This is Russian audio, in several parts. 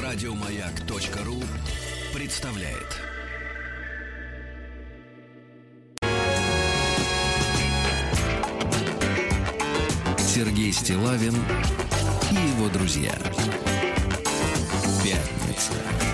Радиомаяк.ру представляет. Сергей Стиллавин и его друзья. Пятница.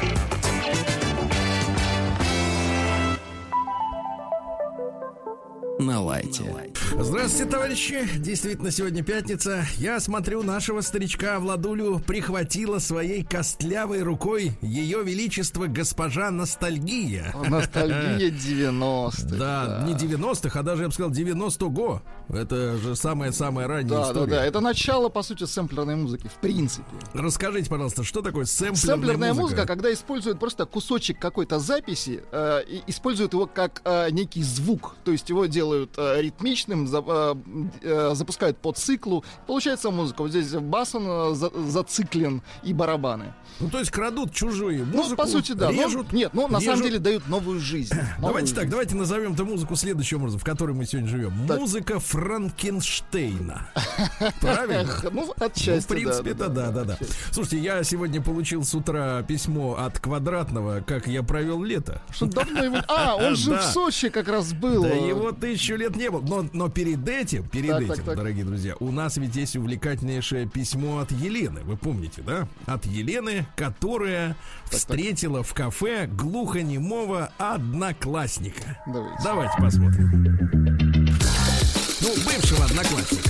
На лайте. Здравствуйте, товарищи. Действительно, сегодня пятница. Я смотрю, нашего старичка Владулю прихватила своей костлявой рукой Ее Величество госпожа Ностальгия. Ностальгия 90-х. Да, не 90-х, а даже, я бы сказал, 90-го. Это же самая-самая ранняя история. Да. Это начало, по сути, сэмплерной музыки, в принципе. Расскажите, пожалуйста, что такое сэмплерная музыка? Когда используют просто кусочек какой-то записи, и используют его как некий звук. То есть его делают ритмичным, запускают по циклу. Получается музыка. Вот здесь бас он зациклен и барабаны. Ну, то есть крадут чужую музыку, ну, по сути, да. Режут, на самом деле дают новую жизнь. Давайте назовем эту музыку следующим образом, в которой мы сегодня живем. Так. Музыка Франкенштейна. Правильно? Ну, отчасти, в принципе, да. Слушайте, я сегодня получил с утра письмо от Квадратного, как я провел лето. Что давно его... он же в Сочи как раз был. Да его 1000 лет не было. Но перед этим, дорогие друзья, у нас ведь есть увлекательнейшее письмо от Елены. Вы помните, да? От Елены, которая встретила в кафе глухонемого одноклассника. Давайте посмотрим. Ну, бывшего одноклассника.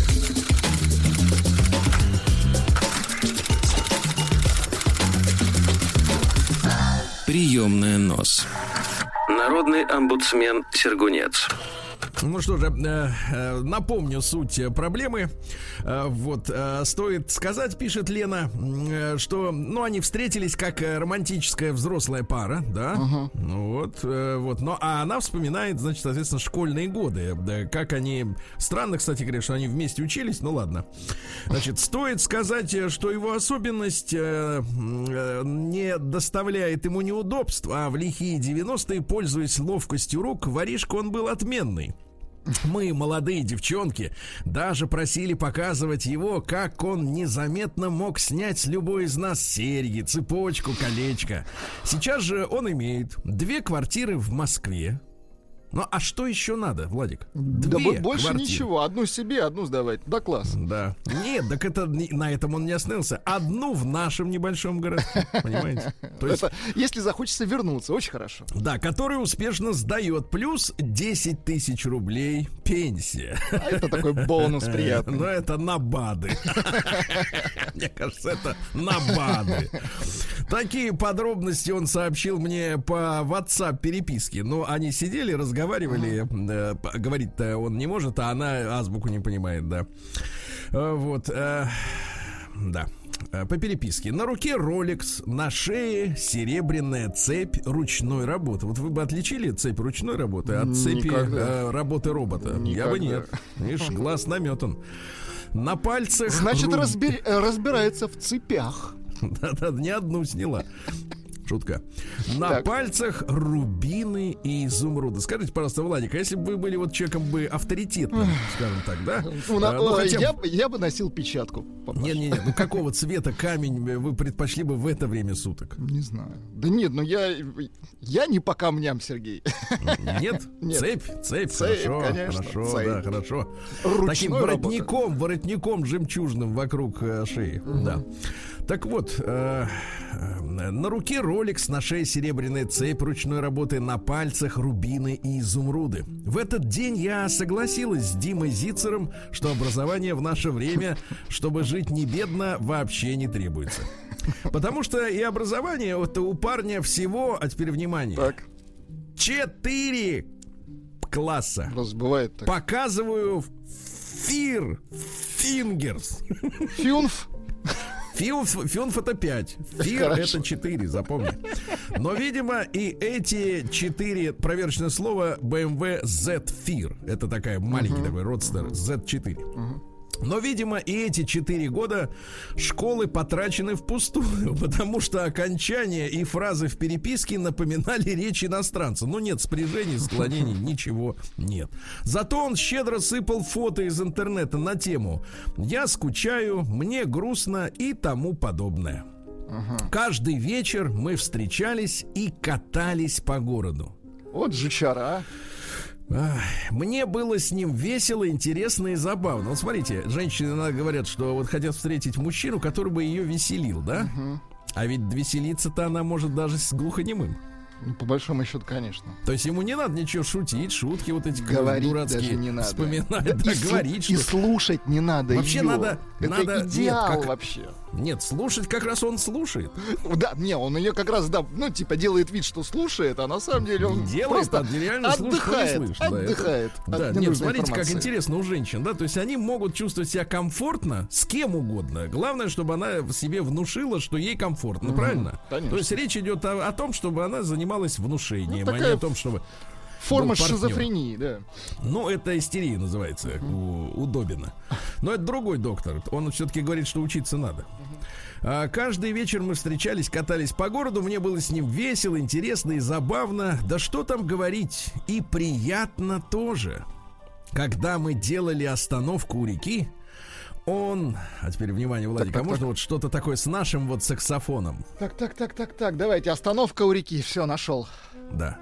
Приемная НОС. Народный омбудсмен Сергунец. Ну что же, напомню суть проблемы. Стоит сказать, пишет Лена, что, они встретились как романтическая взрослая пара, да. Но она вспоминает, значит, соответственно, школьные годы, как они, странно, кстати говоря, что они вместе учились, ну ладно. Значит, стоит сказать, что его особенность не доставляет ему неудобств, а в лихие 90-е, пользуясь ловкостью рук, воришка он был отменный. Мы, молодые девчонки, даже просили показывать его, как он незаметно мог снять с любой из нас серьги, цепочку, колечко. Сейчас же он имеет 2 квартиры в Москве. Ну, а что еще надо, Владик? 2 больше квартиры. Ничего. Одну себе, одну сдавать. Да, класс. Да. Нет, так это на этом он не остановился. Одну в нашем небольшом городке. Понимаете? То есть, если захочется вернуться, очень хорошо. Да, который успешно сдает. Плюс 10 тысяч рублей пенсия. А это такой бонус приятный. Но это на БАДы. Мне кажется, это на БАДы. Такие подробности он сообщил мне по WhatsApp переписке. Но они сидели, разговаривали. Говорить-то он не может, а она азбуку не понимает, да. Да. По переписке. На руке Rolex, на шее серебряная цепь ручной работы. Вот вы бы отличили цепь ручной работы от цепи работы робота? Никогда. Я бы нет. Видишь, глаз наметан. На пальцах... Значит, разбирается в цепях. Да, не одну сняла. Шутка. На пальцах рубины и изумруды. Скажите, пожалуйста, Владик, а если бы вы были человеком бы авторитетным, скажем так, да? Я бы носил печатку. Не. Ну какого цвета камень вы предпочли бы в это время суток? Не знаю. Да нет, я не по камням, Сергей. Нет? Цепь, хорошо, конечно, хорошо, цепь. Да, хорошо. Таким воротником жемчужным вокруг шеи. Да. Так вот, на руке Rolex, на шее серебряная цепь ручной работы, на пальцах рубины и изумруды. В этот день я согласилась с Димой Зицером, что образование в наше время, чтобы жить не бедно, вообще не требуется. Потому что и образование у парня всего, а теперь внимание, 4 класса. Бывает так. Показываю фингерс. Фиунф это 5, Фир это 4, запомни. Но, видимо, и эти 4 проверочное слово BMW Z-Fir. Это такая маленький такой родстер Z4. Но, видимо, и эти 4 года школы потрачены впустую, потому что окончания и фразы в переписке напоминали речь иностранца. Ну, нет спряжений, склонений, ничего нет. Зато он щедро сыпал фото из интернета на тему «Я скучаю», «Мне грустно» и тому подобное. Каждый вечер мы встречались и катались по городу. Вот жучара, Мне было с ним весело, интересно и забавно. Вот смотрите, женщины иногда говорят, что вот хотят встретить мужчину, который бы ее веселил, да? А ведь веселиться-то она может даже с глухонемым. Ну, по большому счету, конечно. То есть ему не надо ничего шутить, шутки вот эти говорить дурацкие даже не надо. вспоминать, да, и говорить. И слушать не надо. Вообще её. надо идеал нет, как, вообще. Нет, слушать как раз он слушает. Да, не, он ее как раз, да, ну, типа, делает вид, что слушает, а на самом деле он делает, просто реально отдыхает, слушает, отдыхает. Да, от нет, ненужной смотрите, информации. как интересно у женщин, да, то есть они могут чувствовать себя комфортно с кем угодно. Главное, чтобы она себе внушила, что ей комфортно, правильно? Конечно. То есть речь идет о том, чтобы она занималась внушением, а не такая о том, чтобы... Форма был партнер. шизофрении, да. Ну, это истерия называется, у Добина. Но это другой доктор. Он все-таки говорит, что учиться надо. Каждый вечер мы встречались, катались по городу. Мне было с ним весело, интересно и забавно. Да что там говорить, и приятно тоже. Когда мы делали остановку у реки, он... А теперь, внимание, Владик, так, можно вот что-то такое с нашим вот саксофоном? Так, давайте, остановка у реки, все, нашел. Да.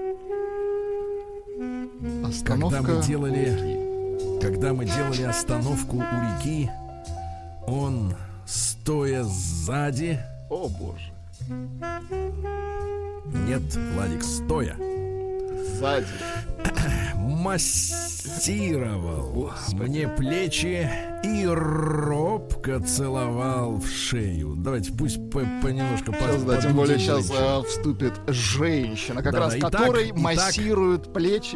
Остановка Когда мы делали остановку у реки, он, стоя сзади... О, боже. Нет, Владик, стоя. Сзади. Массировал мне плечи и робко целовал в шею. Давайте пусть понемножко сейчас, да, тем более сейчас вступит женщина, как раз которой массируют плечи.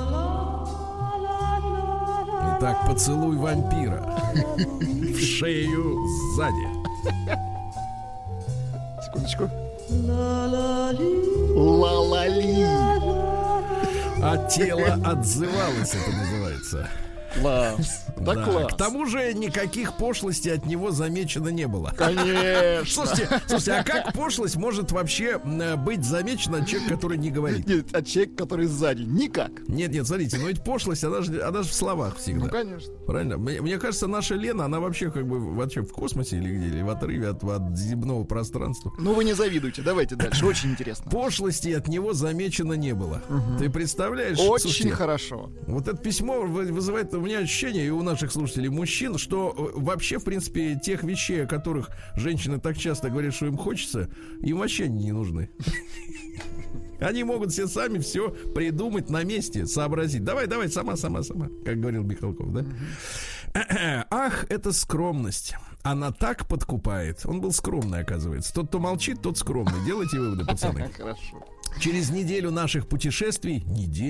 Итак, поцелуй вампира в шею сзади. Секундочку. Ла-ла-ли. А тело отзывалось, это называется. Класс. Да, класс. К тому же никаких пошлостей от него замечено не было. Конечно. Слушайте, а как пошлость может вообще быть замечена от человека, который не говорит? Нет, от человека, который сзади. Никак. Нет, смотрите, но ведь пошлость, она же в словах всегда. Ну, конечно. Правильно? Мне кажется, наша Лена, она вообще как бы вообще в космосе или где, или в отрыве от земного пространства. Ну, вы не завидуйте, давайте дальше, очень интересно. Пошлости от него замечено не было. Ты представляешь? Очень Слушайте, хорошо. вот это письмо вызывает у меня ощущение, и у наших слушателей мужчин, что вообще, в принципе, тех вещей, о которых женщины так часто говорят, что им хочется, им вообще не нужны. Они могут все сами все придумать на месте, сообразить. Давай, сама, как говорил Михалков, да? Ах, это скромность. Она так подкупает. Он был скромный, оказывается. Тот, кто молчит, тот скромный. Делайте выводы, пацаны. Хорошо. Через неделю наших путешествий,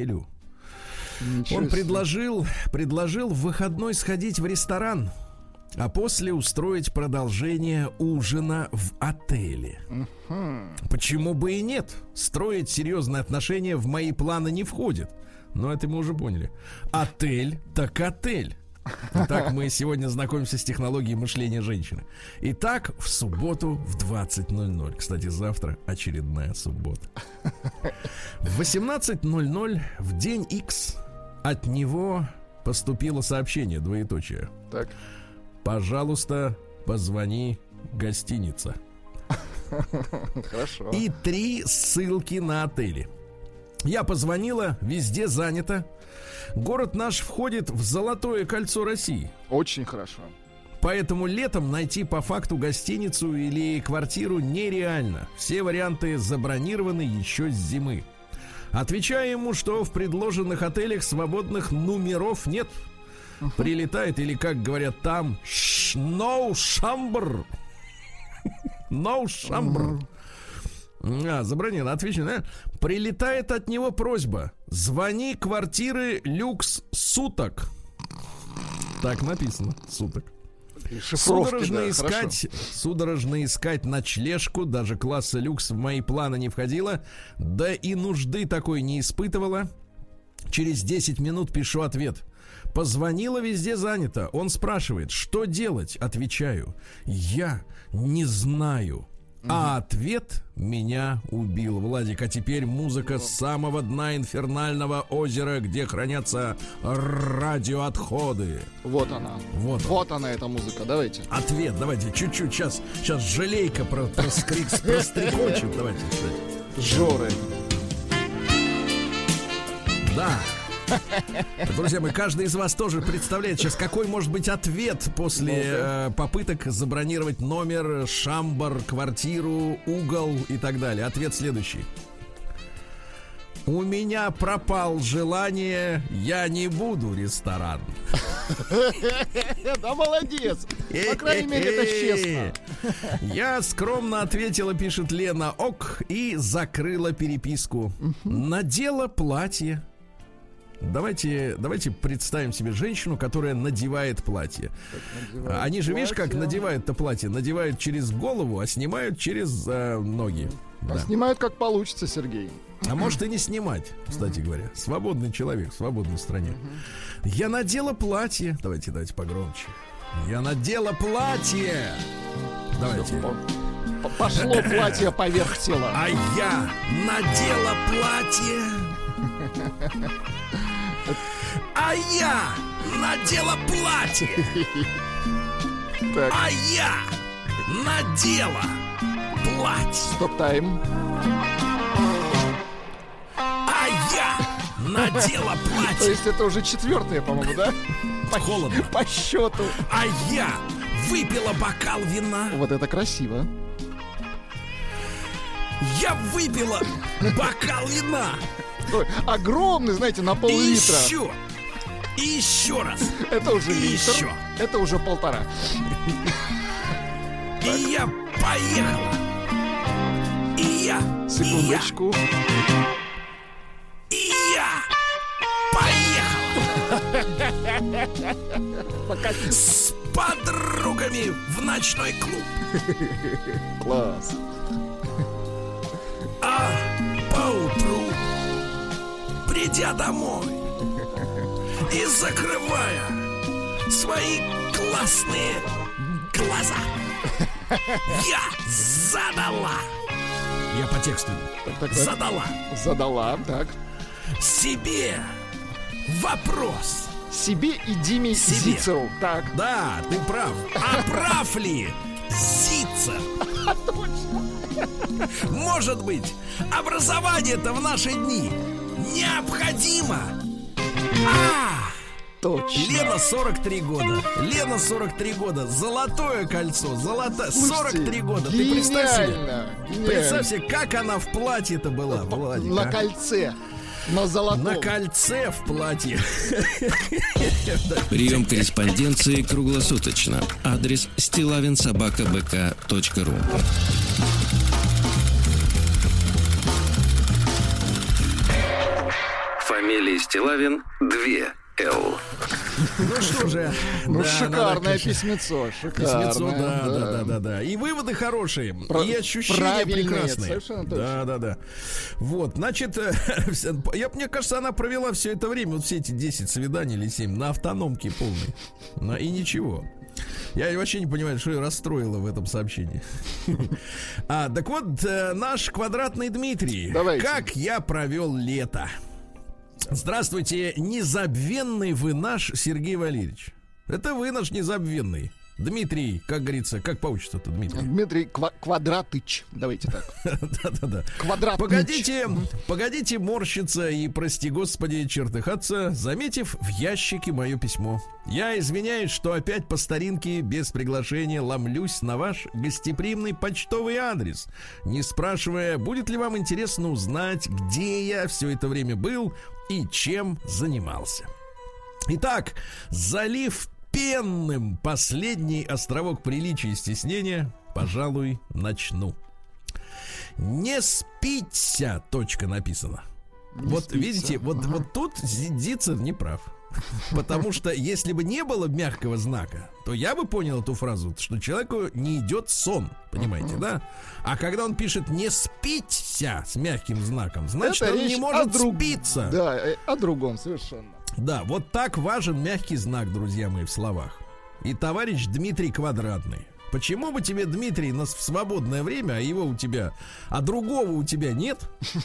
он предложил в выходной сходить в ресторан, а после устроить продолжение ужина в отеле. Почему бы и нет? Строить серьезные отношения в мои планы не входит. Но это мы уже поняли. Отель так отель. Итак, мы сегодня знакомимся с технологией мышления женщины. Итак, в субботу в 20:00. Кстати, завтра очередная суббота. В 18:00 в день X от него поступило сообщение, двоеточие. Так. Пожалуйста, позвони, гостиница. Хорошо. И 3 ссылки на отели. Я позвонила, везде занято. Город наш входит в Золотое кольцо России. Очень хорошо. Поэтому летом найти по факту гостиницу или квартиру нереально. Все варианты забронированы еще с зимы. Отвечаю ему, что в предложенных отелях свободных номеров нет. Прилетает, или, как говорят там, no шамбр. No шамбр. Забронировано. Отвечаю, да? Прилетает от него просьба: звони квартиры люкс суток. Так написано, суток. Судорожно искать ночлежку, даже класса люкс в мои планы не входило, да и нужды такой не испытывала. Через 10 минут пишу ответ: позвонила, везде занято. Он спрашивает, что делать? Отвечаю: я не знаю. А ответ меня убил. Владик, а теперь музыка с самого дна инфернального озера, где хранятся радиоотходы. Вот она. Вот она, эта музыка. Давайте. Ответ, давайте, чуть-чуть. Сейчас жалейка прострекочет. Давайте, кстати. Жоры. Да. Друзья мои, каждый из вас тоже представляет сейчас, какой может быть ответ после попыток забронировать номер, шамбар, квартиру, угол и так далее. Ответ следующий. У меня пропал желание, я не буду ресторан. Да молодец. По крайней мере, это честно. Я скромно ответила, пишет Лена, ок, и закрыла переписку. Надела платье. Давайте представим себе женщину, которая надевает платье. Они же, видишь, как надевают-то платье? Надевают через голову, а снимают через ноги. Да. Снимают как получится, Сергей. А может и не снимать, кстати говоря. Свободный человек в свободной стране. Я надела платье. Давайте погромче. Я надела платье. Давайте. Пошло платье поверх тела. А я надела платье. А я надела платье. Так. А я надела платье. Стоп-тайм. А я надела платье. То есть это уже четвертое, по-моему, да? Холодно. По счету. А я выпила бокал вина. Вот это красиво. Я выпила бокал вина. Огромный, знаете, на пол-литра. И еще раз. Это уже литр. Еще. Это уже 1,5. И я поехала. И я. Секундочку. И я поехала. С подругами в ночной клуб. Класс. А поутру, придя домой и закрывая свои классные глаза, я задала. Я по тексту. Так. Задала, так. Себе вопрос. Себе и Диме Зицеру. Так. Да, ты прав. А прав ли Зицер? Может быть, образование-то в наши дни необходимо. Точно. Лена 43 года. Лена 43 года. Золотое кольцо. 43 года. Ты представь себе. Представь себе, как она в платье-то была, Владик. На кольце. На золотом. На кольце в платье. Прием корреспонденции круглосуточно. Адрес stilavinsobakabk.ru. Фамилия Стилавин 2 Л. Ну что же. Ну, да, шикарное письмецо. Шикарное. Да. И выводы хорошие. И ощущения прекрасные. Совершенно точно. Да. Вот, значит, мне кажется, она провела все это время, вот все эти 10 свиданий или 7, на автономке полной. И ничего. Я вообще не понимаю, что ее расстроило в этом сообщении. Так вот, наш квадратный Дмитрий. Давайте. Как я провел лето. Здравствуйте, незабвенный вы наш Сергей Валерьевич. Это вы наш незабвенный. Дмитрий, как говорится, как по отчеству-то, Дмитрий? Дмитрий Квадратыч. Давайте так. Да. Квадратыч. Погодите морщиться и, прости господи, чертыхаться, заметив в ящике мое письмо. Я извиняюсь, что опять по старинке, без приглашения, ломлюсь на ваш гостеприимный почтовый адрес, не спрашивая, будет ли вам интересно узнать, где я все это время был и чем занимался. Итак, залив пенным последний островок приличия и стеснения, пожалуй, начну. Не спится, точка написана. Вот видите, вот тут Зицер не прав. Потому что если бы не было мягкого знака, то я бы понял эту фразу, что человеку не идет сон, понимаете, да? А когда он пишет «не спится» с мягким знаком, значит, это он не может спиться. Да, о другом совершенно. Да, вот так важен мягкий знак, друзья мои, в словах. И товарищ Дмитрий Квадратный, Почему бы тебе, Дмитрий, в свободное время, а другого у тебя нет,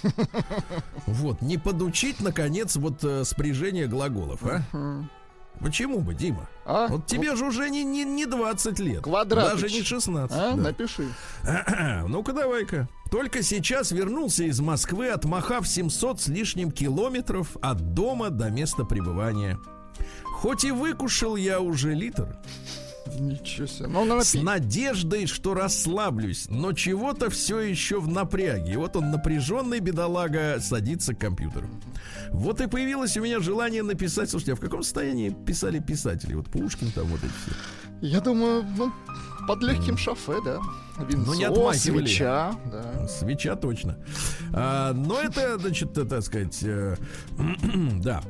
вот, не подучить, наконец, вот спряжение глаголов, а? Почему бы, Дима? Вот тебе же уже не 20 лет. Квадратыч. Даже не 16. Да. Напиши. Ну-ка, давай-ка. Только сейчас вернулся из Москвы, отмахав 700 с лишним километров от дома до места пребывания. Хоть и выкушал я уже литр. Ничего себе. С надеждой, что расслаблюсь, но чего-то все еще в напряге. И вот он, напряженный бедолага, садится к компьютеру. Вот и появилось у меня желание написать. Слушайте, а в каком состоянии писали писатели? Вот Пушкин там, вот эти все. Я думаю, под легким шофе, да. Винцо, не отмахивали. свеча, да. Свеча точно. Но это, значит, так сказать, да.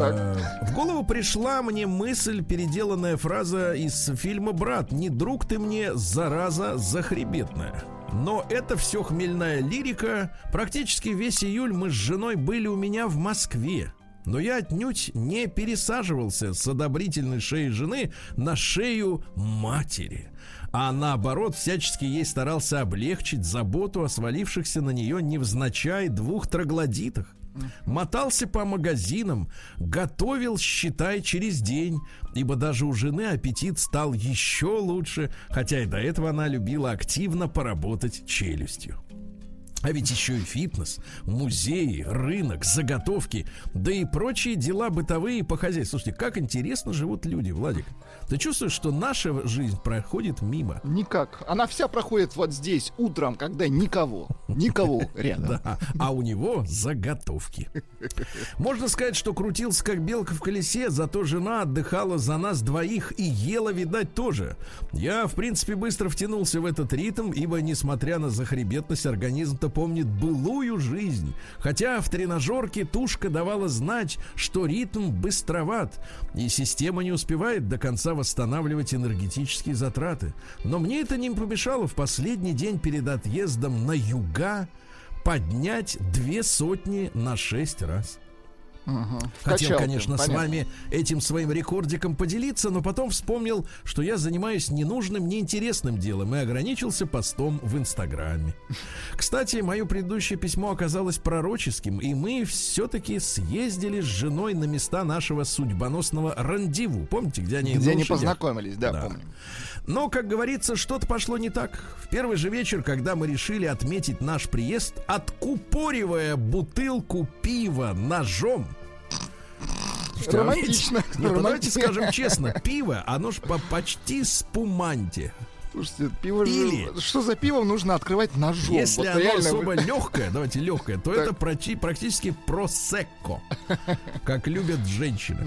В голову пришла мне мысль, переделанная фраза из фильма «Брат». Не друг ты мне, зараза захребетная. Но это все хмельная лирика. Практически весь июль мы с женой были у меня в Москве. Но я отнюдь не пересаживался с одобрительной шеи жены на шею матери, а наоборот всячески ей старался облегчить заботу о свалившихся на нее невзначай 2 троглодитах. Мотался по магазинам, готовил, считай, через день, ибо даже у жены аппетит стал еще лучше, хотя и до этого она любила активно поработать челюстью. А ведь еще и фитнес, музеи, рынок, заготовки, да и прочие дела бытовые по хозяйству. Слушайте, как интересно живут люди, Владик. Ты чувствуешь, что наша жизнь проходит мимо? Никак. Она вся проходит вот здесь, утром, когда никого рядом. Да, а у него заготовки. Можно сказать, что крутился как белка в колесе, зато жена отдыхала за нас двоих и ела, видать, тоже. Я, в принципе, быстро втянулся в этот ритм, ибо, несмотря на захребетность, организм-то помнит былую жизнь. Хотя в тренажерке тушка давала знать, что ритм быстроват, и система не успевает до конца восстанавливать энергетические затраты. Но мне это не помешало в последний день перед отъездом на юга поднять 200 на 6 раз. Хотел, конечно, с вами этим своим рекордиком поделиться, но потом вспомнил, что я занимаюсь ненужным, неинтересным делом и ограничился постом в Инстаграме. Кстати, мое предыдущее письмо оказалось пророческим, и мы все-таки съездили с женой на места нашего судьбоносного рандеву. Помните, где они познакомились, да, помню. Но, как говорится, что-то пошло не так. В первый же вечер, когда мы решили отметить наш приезд, откупоривая бутылку пива ножом. Романтично. Давайте скажем честно, пиво, оно ж почти спуманти. Слушайте, пиво же... Что за пиво нужно открывать ножом? Если вот оно реально... особо легкое, давайте легкое, то это практически просекко, как любят женщины.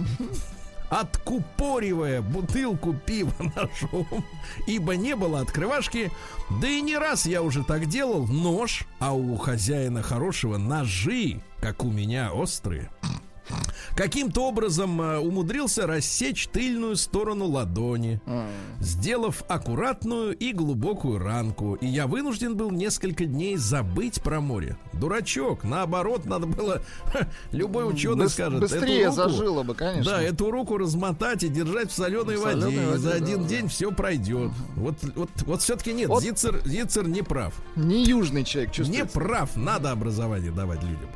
Откупоривая бутылку пива ножом, ибо не было открывашки, да и не раз я уже так делал, нож, а у хозяина хорошего ножи, как у меня, острые. Каким-то образом умудрился рассечь тыльную сторону ладони, сделав аккуратную и глубокую ранку. И я вынужден был несколько дней забыть про море. Дурачок, наоборот, надо было... Любой ученый скажет... Быстрее зажило бы, конечно. Да, эту руку размотать и держать в соленой воде. И за один день все пройдет. Вот все-таки нет, Зицер не прав. Не южный человек чувствуется. Не прав, надо образование давать людям.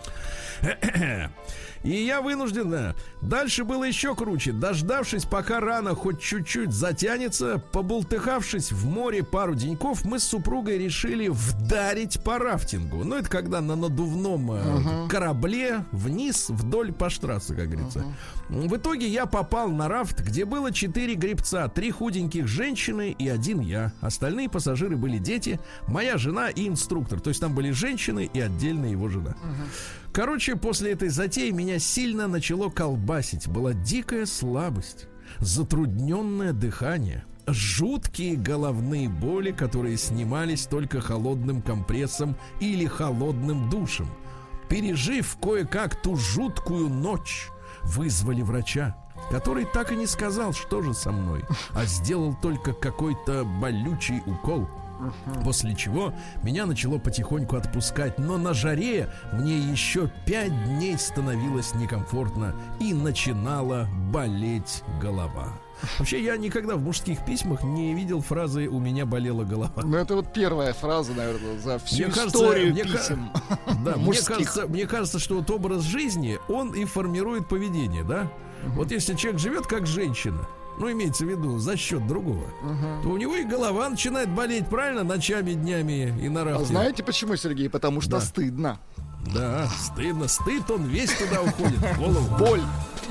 И я вынужден, да. Дальше было еще круче. Дождавшись, пока рана хоть чуть-чуть затянется, побултыхавшись в море пару деньков, мы с супругой решили вдарить по рафтингу. Ну, это когда на надувном корабле вниз вдоль по штрассе, как говорится. В итоге я попал на рафт, где было 4 гребца, 3 худеньких женщины и 1 я. Остальные пассажиры были дети, моя жена и инструктор. То есть там были женщины и отдельно его жена. Короче, после этой затеи меня сильно начало колбасить. Была дикая слабость, затрудненное дыхание, жуткие головные боли, которые снимались только холодным компрессом или холодным душем. Пережив кое-как ту жуткую ночь, вызвали врача, который так и не сказал, что же со мной, а сделал только какой-то болючий укол. После чего меня начало потихоньку отпускать, но на жаре мне еще 5 дней становилось некомфортно и начинала болеть голова. Вообще, я никогда в мужских письмах не видел фразы «у меня болела голова». Ну, это вот первая фраза, наверное, за всю историю писем. Да, мне кажется, что вот образ жизни, он и формирует поведение, да? Вот если человек живет как женщина, ну, имеется в виду, за счет другого, то у него и голова начинает болеть, правильно, ночами, днями и на рафте. А знаете почему, Сергей? Потому что стыдно. Да, стыдно. Стыд, он весь туда уходит, в голову. Боль.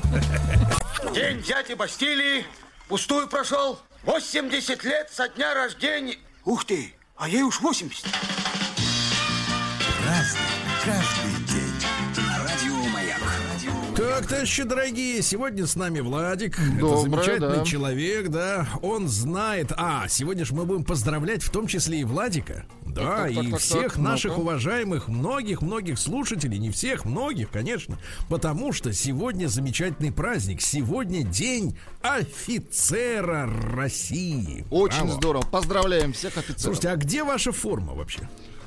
День дяди Бастилии пустую прошел. 80 лет со дня рождения. Ух ты, а ей уж 80. Разный, каждый день. На радио Маяк. Так, товарищи дорогие, сегодня с нами Владик. Доброе, это замечательный да. человек, да. Он знает. Сегодня же мы будем поздравлять в том числе и Владика. Да, и всех наших уважаемых, многих слушателей. Не всех, многих, конечно. Потому что сегодня замечательный праздник. Сегодня день офицера России. Очень здорово. Поздравляем всех офицеров. Слушайте, а где ваша форма вообще?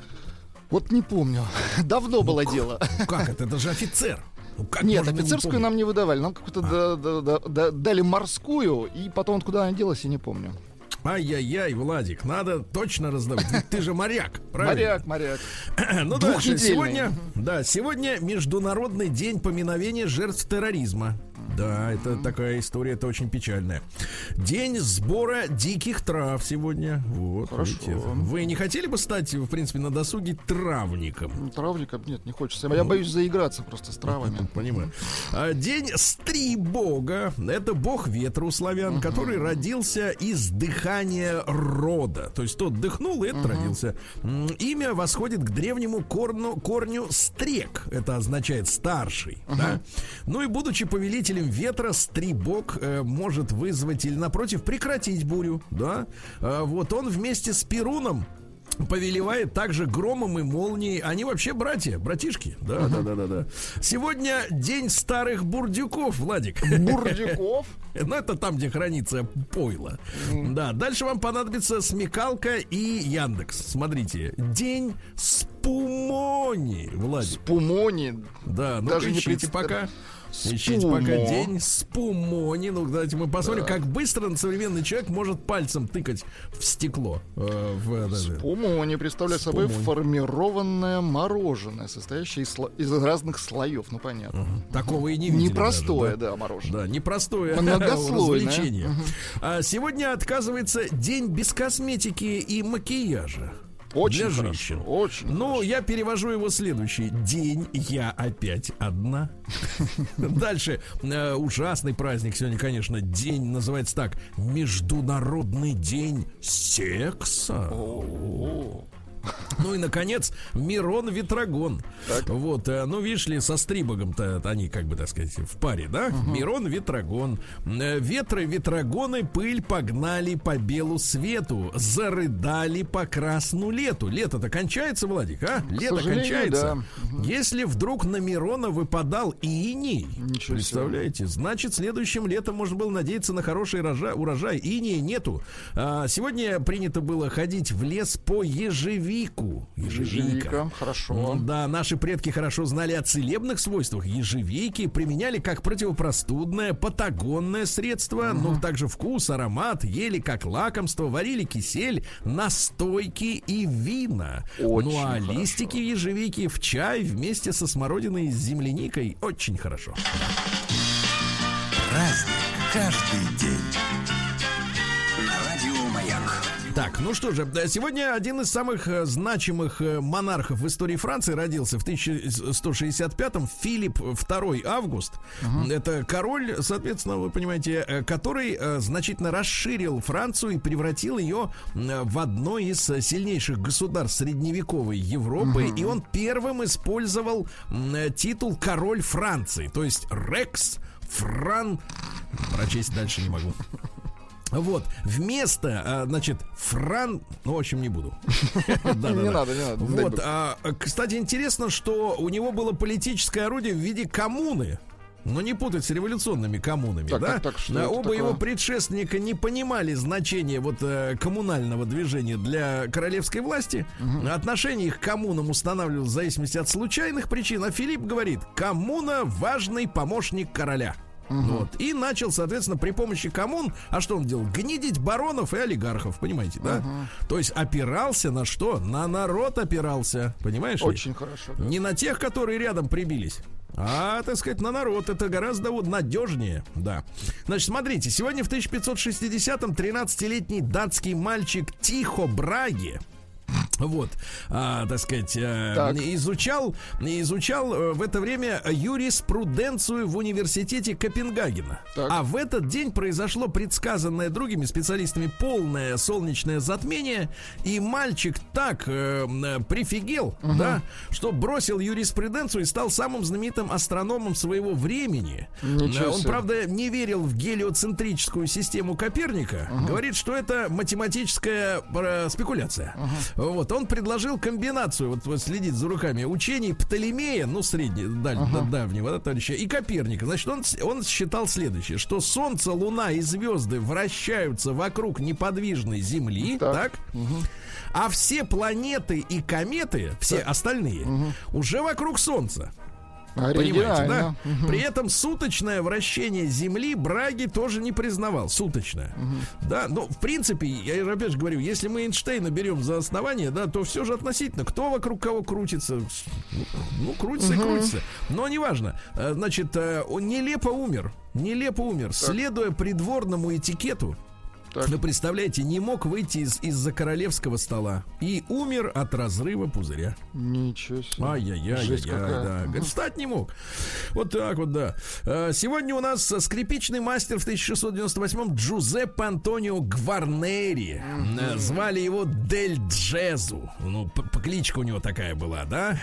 Вот не помню. Давно было дело. Как это? Это же офицер. Нет, офицерскую нам не выдавали. Нам какую-то дали морскую, и потом куда она делась, я не помню. Ай-яй-яй, Владик, надо точно раздавать. Ведь ты же моряк, правильно? Моряк. Ну дальше. Сегодня Международный день поминовения жертв терроризма. Да, это такая история, это очень печальная. День сбора диких трав сегодня. Вот, видите. Вы не хотели бы стать, в принципе, на досуге травником? Травником? Нет, не хочется. Я боюсь заиграться просто с травами. Понимаю. День Стрибога. Это бог ветра у славян, который родился из дыхания рода. То есть тот дыхнул, и этот родился. Имя восходит к древнему корню стрек. Это означает старший. Да? Ну и будучи повелителем ветра, Стрибог может вызвать или, напротив, прекратить бурю. Да? Вот он вместе с Перуном повелевает также громом и молнией. Они вообще братишки. Да. Сегодня день старых бурдюков, Владик. Бурдюков? Ну, это там, где хранится пойло. Да, дальше вам понадобится смекалка и Яндекс. Смотрите, день Спумони, Владик. Спумони? Да, ну ищите пока. Ищите пока день Спумони. Ну, давайте мы посмотрим, как быстро современный человек может пальцем тыкать в стекло. Спумони представляет собой формированное мороженое, состоящее из разных слоев. Ну, понятно. Такого и не видели. Непростое, да, мороженое. Да, непростое развлечение. Сегодня отказывается день без косметики и макияжа. Очень для хорошо, женщин. Очень хорошо. Я перевожу его следующий. День я опять одна. Дальше. Ужасный праздник сегодня, конечно. День называется так. Международный день секса. Ну и, наконец, Мирон Ветрогон. Вот, ну, видишь ли, со Стрибогом-то они, как бы, так сказать, в паре, да? Мирон Ветрогон. Ветры, ветрогоны, пыль погнали по белу свету, зарыдали по красну лету. Лето-то кончается, Владик, а? Лето кончается. Да. Если вдруг на Мирона выпадал иней, представляете, значит, следующим летом можно было надеяться на хороший урожай. Инея нету. Сегодня принято было ходить в лес по ежевике. Ежевика. Хорошо. Да, наши предки хорошо знали о целебных свойствах ежевики, применяли как противопростудное, патагонное средство, но также вкус, аромат, ели как лакомство, варили кисель, настойки и вина. Очень ну а хорошо. листики ежевики в чай вместе со смородиной и с земляникой очень хорошо. Праздник каждый день. На радио Маяк. Так, ну что же, сегодня один из самых значимых монархов в истории Франции родился в 1165-м, Филипп II Август. Это король, соответственно, вы понимаете, который значительно расширил Францию и превратил ее в одно из сильнейших государств средневековой Европы. И он первым использовал титул король Франции, то есть Рекс Фран... Прочесть дальше не могу. Вот, вместо, значит, ну, в общем, не буду. Не надо. Вот, кстати, интересно, что у него было политическое орудие в виде коммуны. но не путать с революционными коммунами, Так, да? так, что это оба такое? его предшественника не понимали значения вот коммунального движения для королевской власти. Отношение их к коммунам устанавливалось в зависимости от случайных причин. А Филипп говорит: коммуна — важный помощник короля. Вот. И начал, соответственно, при помощи коммун, а что он делал? Гнидить баронов и олигархов, понимаете, да? То есть опирался на что? На народ опирался, понимаешь ли? Очень хорошо. Да. Не на тех, которые рядом прибились, а, так сказать, на народ. Это гораздо вот надежнее, да. Значит, смотрите, сегодня в 1560-м 13-летний датский мальчик Тихо Браге, вот, так сказать, изучал в это время юриспруденцию в университете Копенгагена. Так. А в этот день произошло предсказанное другими специалистами полное солнечное затмение, и мальчик так прифигел, да, что бросил юриспруденцию и стал самым знаменитым астрономом своего времени. Он, правда, не верил в гелиоцентрическую систему Коперника. Говорит, что это математическая спекуляция. Вот, он предложил комбинацию, вот следить за руками, учений Птолемея, ну, давнего, да, товарища, и Коперника. Значит, он считал следующее, что Солнце, Луна и звезды вращаются вокруг неподвижной Земли, так? А все планеты и кометы, все остальные, уже вокруг Солнца. Понимаете, да? При этом суточное вращение Земли Браги тоже не признавал. Суточное. Да, но в принципе, я опять же говорю, если мы Эйнштейна берем за основание, да, то все же относительно. Кто вокруг кого крутится? Ну, крутится и крутится. Но неважно. Значит, он нелепо умер. Следуя придворному этикету. Так. Вы представляете, не мог выйти из-за королевского стола и умер от разрыва пузыря. Ничего себе. Ай-яй-яй, да. Говорит, встать не мог. Вот так вот, да. Сегодня у нас скрипичный мастер в 1698-м Джузеппе Антонио Гварнери. Звали его Дель Джезу. Ну, кличка у него такая была, да.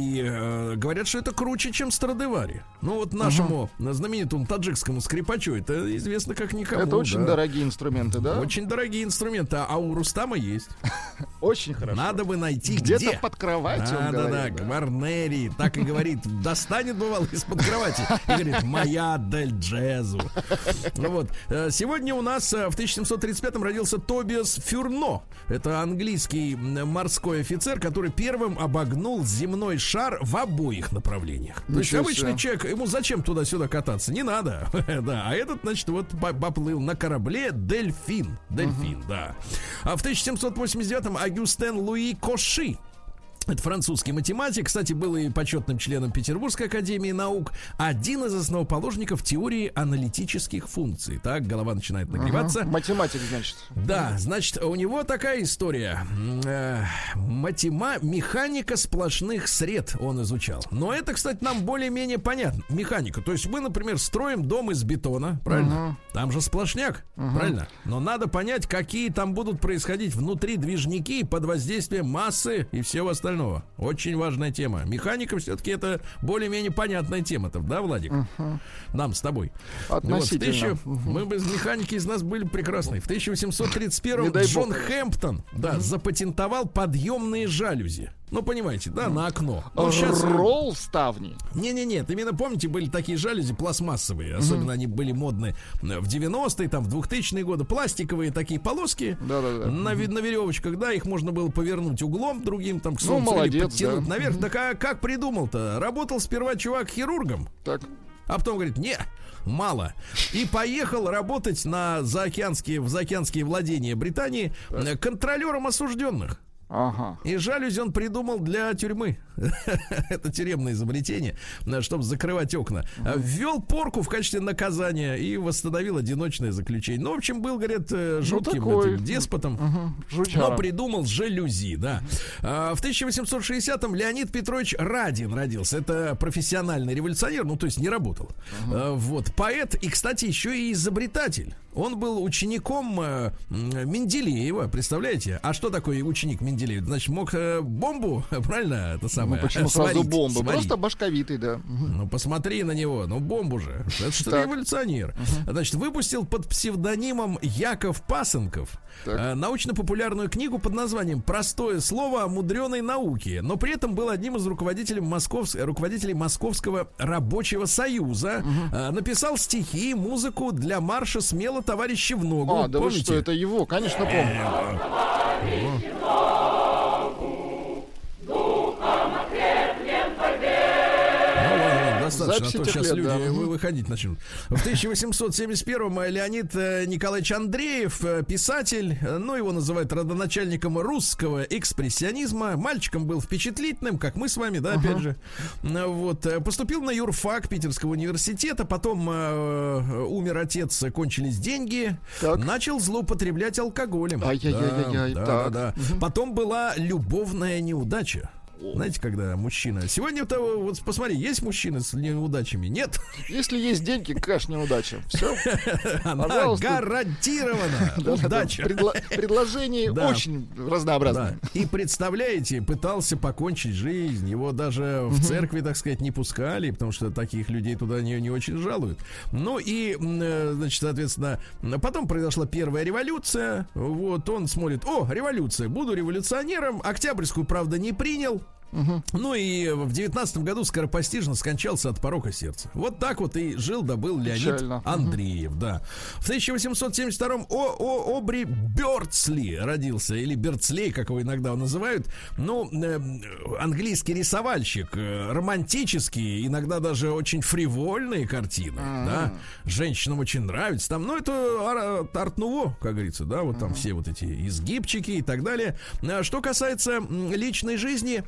И говорят, что это круче, чем Страдивари. Ну, вот нашему знаменитому таджикскому скрипачу это известно как никому. Это очень дорогие инструменты. Да? Очень дорогие инструменты, а у Рустама есть. Очень хорошо. Надо бы найти где-то под кроватью. Да, Гварнери так и говорит, достанет, бывало, из-под кровати и говорит: моя Дель Джезу. Вот. Сегодня у нас в 1735-м родился Тобиас Фюрно. Это английский морской офицер, который первым обогнул земной шар в обоих направлениях. То есть обычный человек, ему зачем туда-сюда кататься? Не надо. Да, а этот, значит, вот поплыл на корабле Дельфин, да. А в 1789-м Агюстен Луи Коши. Это французский математик, кстати, был и почетным членом Петербургской академии наук. Один из основоположников теории аналитических функций. Так, голова начинает нагреваться. Математик, значит. Да, значит, у него такая история. Механика сплошных сред он изучал. Но это, кстати, нам более-менее понятно. Механика. То есть мы, например, строим дом из бетона, правильно? Там же сплошняк, правильно? Но надо понять, какие там будут происходить внутри движники под воздействием массы и всего остального. Очень важная тема. Механика все-таки это более-менее понятная тема-то, да, Владик? Нам с тобой. Относительно. Мы без механики из нас были прекрасны. В 1831-м Джон Хэмптон, запатентовал подъемные жалюзи. Ну, понимаете, да, на окно. Ну, сейчас... Ролл ставни. Нет, именно помните, были такие жалюзи пластмассовые. Особенно они были модны в 90-е, там, в 2000-е годы. Пластиковые такие полоски на веревочках, да, их можно было повернуть углом другим, там, к солнцу, или подтянуть наверх. Так а как придумал-то? Работал сперва чувак хирургом. Так. А потом говорит: не, мало. И поехал работать в заокеанские владения Британии контролером осужденных. Ага. И жалюзи он придумал для тюрьмы. Это тюремное изобретение, чтобы закрывать окна. Ввел порку в качестве наказания и восстановил одиночное заключение. Ну, в общем, был, говорят, жутким деспотом, но придумал жалюзи, да. В 1860-м Леонид Петрович Радин родился. Это профессиональный революционер, ну, то есть не работал. Вот, поэт и, кстати, еще и изобретатель. Он был учеником Менделеева, представляете? А что такое ученик Менделеева? Значит, мог бомбу, правильно, это самое, почему сварить, сразу бомбу? сварить. Просто башковитый, да. Ну, посмотри на него, ну, бомбу же. Это что, революционер. Значит, выпустил под псевдонимом Яков Пасынков научно-популярную книгу под названием «Простое слово о мудреной науке», но при этом был одним из руководителей Московского рабочего союза. Написал стихи, музыку для марша «Смело, товарищи, в ногу». Да вы что, это его, конечно, помню. Достаточно, а то сейчас люди выходить начнут. В 1871-м Леонид Николаевич Андреев, писатель, его называют родоначальником русского экспрессионизма. Мальчиком был впечатлительным, как мы с вами, да, опять же. Вот, поступил на юрфак Питерского университета, потом умер отец, кончились деньги, начал злоупотреблять алкоголем. Да. Потом была любовная неудача. Знаете, когда мужчина... Сегодня-то, вот посмотри, есть мужчины с неудачами? Нет? Если есть деньги, конечно, неудача. Все. Она гарантирована. Удача. Предложений очень разнообразные. И представляете, пытался покончить жизнь. Его даже в церкви, так сказать, не пускали, потому что таких людей туда не очень жалуют. Ну и, значит, соответственно, потом произошла первая революция. Вот он смотрит: революция, буду революционером. Октябрьскую, правда, не принял. Ну и в 19-м году скоропостижно скончался от порока сердца. Вот так вот и жил-добыл Леонид Андреев, да. В 1872-м Обри Бёрдсли родился, или Бёрдслей, как его иногда называют. Английский рисовальщик, романтический, иногда даже очень фривольные картины, да. Женщинам очень нравится. Там, это арт-нуво, как говорится, да, вот там все вот эти изгибчики и так далее. Что касается личной жизни,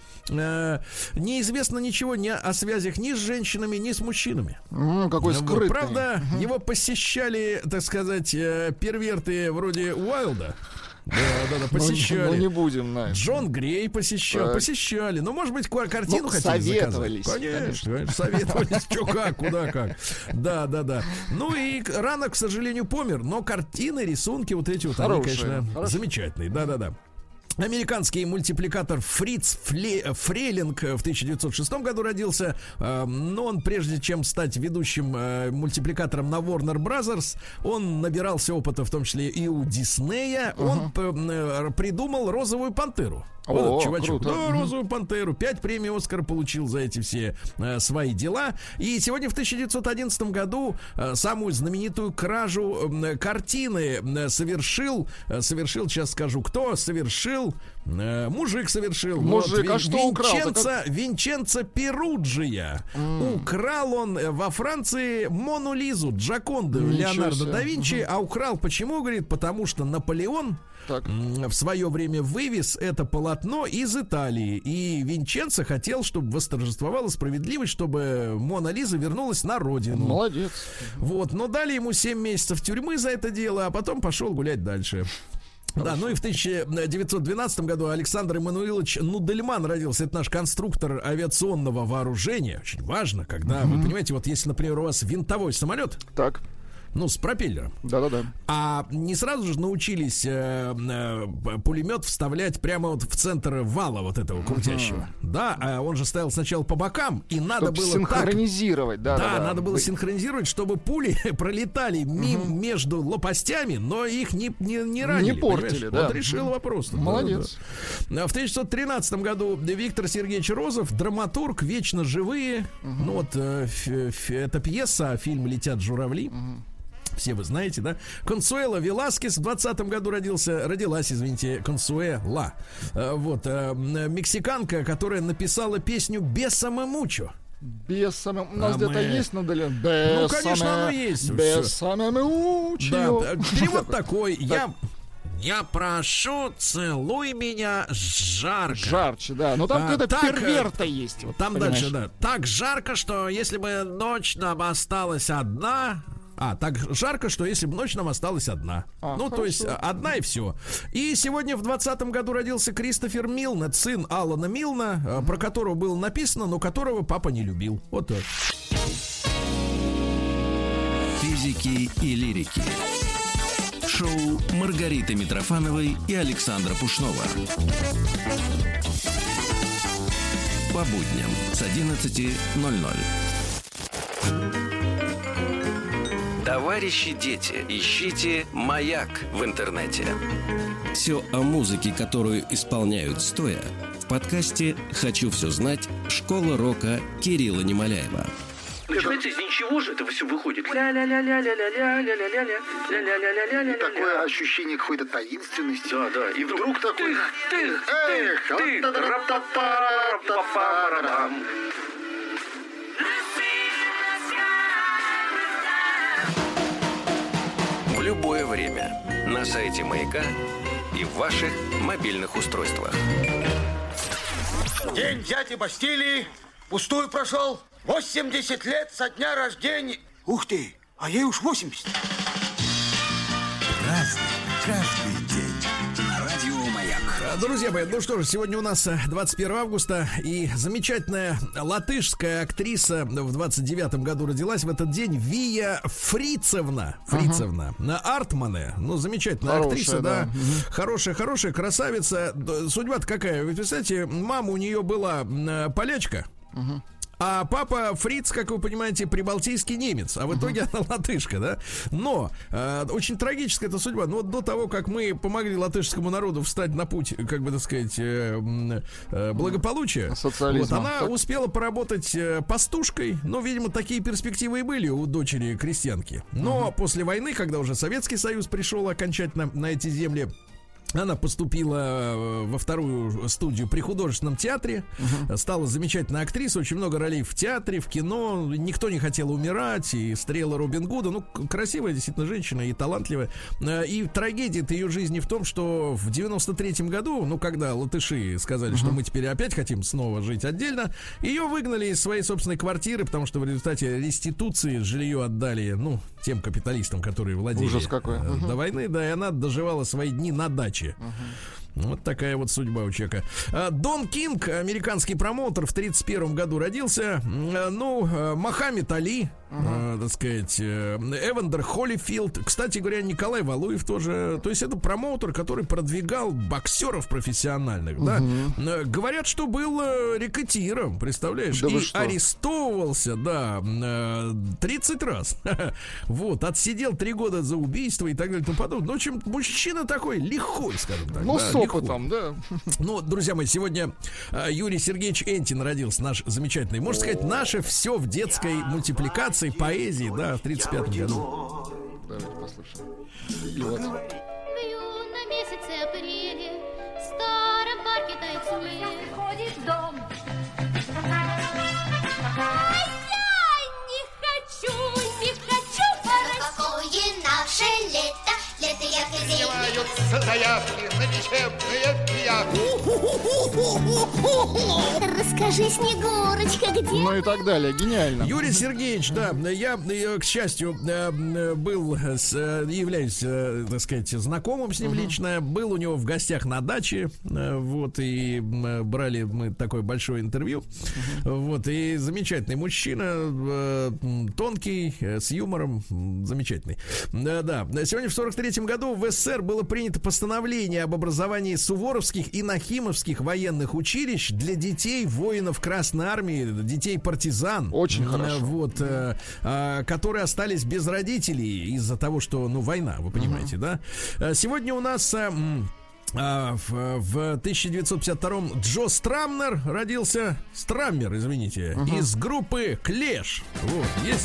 неизвестно ничего ни о связях ни с женщинами, ни с мужчинами. Какой скрытный. Правда, его посещали, так сказать, перверты вроде Уайлда. Да, посещали. Ну, не будем, знаешь. Джон Грей посещали. Но, может быть, картину хотели советовались. Конечно, советовались. Что, как, куда, как. Да. Ну и рано, к сожалению, помер. Но картины, рисунки вот эти вот, они, конечно, замечательные. Да. Американский мультипликатор Фриц Фрейлинг в 1906 году родился. Но он, прежде чем стать ведущим мультипликатором на Warner Brothers, он набирался опыта, в том числе и у Диснея. Он придумал «Розовую пантеру». Вот чувачок. Да, «Розовую пантеру». 5 премий «Оскар» получил за эти все свои дела. И сегодня, в 1911 году, самую знаменитую кражу картины совершил, сейчас скажу, кто совершил. Мужик совершил. Мужик, что украл? Винченцо Перуджия. Украл он во Франции Мону Лизу, Джоконду Леонардо да Винчи. А украл почему? Говорит, потому что Наполеон в свое время вывез это полотно из Италии. И Винченцо хотел, чтобы восторжествовала справедливость, чтобы Мона Лиза вернулась на родину. Молодец. Вот, но дали ему 7 месяцев тюрьмы за это дело, а потом пошел гулять дальше. Да, ну и в 1912 году Александр Эммануилович Нудельман родился. Это наш конструктор авиационного вооружения. Очень важно, когда, вы понимаете, вот если, например, у вас винтовой самолет. Так. С пропеллером. Да. А не сразу же научились пулемет вставлять прямо вот в центр вала вот этого крутящего. Да, а он же стоял сначала по бокам, и надо было синхронизировать. Да, надо было синхронизировать, чтобы пули пролетали между лопастями, но их не ранили. Не портили, да. Он решил вопрос. Молодец. Да. В 1913 году Виктор Сергеевич Розов, драматург, «Вечно живые». Это пьеса, фильм «Летят журавли». Все вы знаете, да? Консуэла Веласкес в 20-м году родилась, Консуэла. Мексиканка, которая написала песню «Бесаме мучо». У нас где-то есть, Нудельман? Ну, конечно, оно есть. «Бесаме мучо». Да, перевод такой. Я прошу, целуй меня жарко. Жарче, да. Но там какая-то перверта есть. Там дальше, да. Так жарко, что если бы ночь нам осталась одна... так жарко, что если бы ночь нам осталась одна. То есть одна и все. И сегодня в 20-м году родился Кристофер Милнет, сын Алана Милна, про которого было написано, но которого папа не любил. Вот так. Физики и лирики. Шоу Маргариты Митрофановой и Александра Пушнова. По будням с 11:00. Товарищи дети, ищите «Маяк» в интернете. Все о музыке, которую исполняют стоя, в подкасте «Хочу все знать. Школа рока» Кирилла Немоляева. Знаете, из ничего же это все выходит. Такое ощущение какой-то таинственности. Да. И вдруг такой... В любое время на сайте «Маяка» и в ваших мобильных устройствах. День дяди Бастилии пустую прошел. 80 лет со дня рождения. Ух ты, а ей уж 80. Разный, каждый день. На радио «Маяк». Друзья мои, ну что же, сегодня у нас 21 августа, и замечательная латышская актриса в 29-м году родилась в этот день, Вия Фрицевна. Артмане. Ну, замечательная актриса, да. Хорошая красавица. Судьба-то какая? Вы представляете, мама у нее была полячка. А папа Фриц, как вы понимаете, прибалтийский немец, а в итоге она латышка, да? Но очень трагическая эта судьба. Но до того, как мы помогли латышскому народу встать на путь, как бы так сказать, благополучия, вот, она успела поработать пастушкой. Ну, видимо, такие перспективы и были у дочери крестьянки. Но после войны, когда уже Советский Союз пришел окончательно на эти земли, она поступила во вторую студию при художественном театре, стала замечательной актрисой, очень много ролей в театре, в кино, никто не хотел умирать, и «Стрела Робин Гуда», ну, красивая действительно женщина и талантливая. И трагедия-то ее жизни в том, что в 93-м году, ну, когда латыши сказали, что мы теперь опять хотим снова жить отдельно, ее выгнали из своей собственной квартиры, потому что в результате реституции жилье отдали, ну, тем капиталистам, которые владели до войны, да, и она доживала свои дни на даче. Вот такая вот судьба у человека. Дон Кинг, американский промоутер, в 31 году родился. Ну, Мохаммед Али, так сказать, Эвандер Холлифилд. Кстати говоря, Николай Валуев тоже. То есть это промоутер, который продвигал боксеров профессиональных, да. Говорят, что был рекетиром, представляешь? Да, и арестовывался, да, 30 раз. Вот, отсидел 3 года за убийство и так далее и тому подобное. Ну, в общем, мужчина такой лихой, скажем так. Ну, с опытом, да. Ну, друзья мои, сегодня Юрий Сергеевич Энтин родился, наш замечательный, можно сказать, наше все в детской мультипликации, поэзии, да, в 35-м году. Давайте послушаем. В июне месяце апреле в старом парке тает снег. Ходит в дом. Не хочу поросить. Какое наше лето, лето ярко-зеленое. Заявки на лечебные пияки. Расскажи, Снегурочка, где? Ну и так далее, гениально. Юрий Сергеевич, да, я, к счастью, являюсь, так сказать, знакомым с ним лично. Был у него в гостях на даче, вот, и брали мы такое большое интервью. Вот, и замечательный мужчина, тонкий, с юмором, замечательный. Да, сегодня в 43-м году в СССР было принято постановление об образовании суворовских и нахимовских военных училищ для детей воинов Красной Армии, детей партизан. Очень хорошо. Вот, которые остались без родителей из-за того, что, ну, война, вы понимаете, да? Сегодня у нас... в 1952-м Джо Страммер родился, из группы Clash. Вот, есть.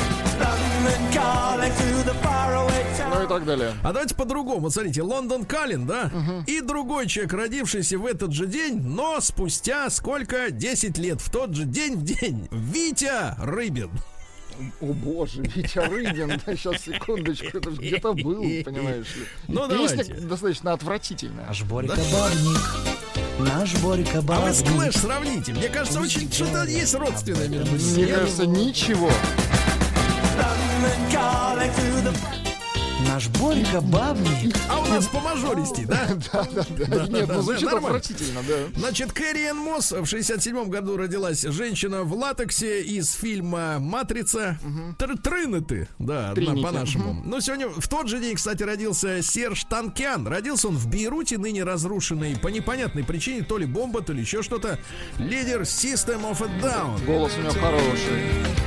Ну и так далее. А давайте по-другому. Вот смотрите, Лондон Каллин, да? И другой человек, родившийся в этот же день, но спустя сколько? 10 лет. В тот же день, Витя Рыбин. О боже, Витя Рыбин, да, сейчас, секундочку, это же где-то был, понимаешь ли. Ну, песня давайте. достаточно отвратительная. Наш Борька-бабник, наш Борька-бабник. А вы с Клэш сравните. Мне кажется, очень что-то есть родственное между ними. Мне кажется, ничего. Наш Наш Борька бабник. А у нас по мажористи, да? Да. Нет, ну звучит отвратительно, да. Значит, Кэрри Энн Мосс в 67 году родилась. Женщина в латексе из фильма «Матрица». Тринити, да, по-нашему. Но сегодня, в тот же день, кстати, родился Серж Танкян. Родился он в Бейруте, ныне разрушенный по непонятной причине, то ли бомба, то ли еще что-то. Лидер System of a Down. Голос у него хороший.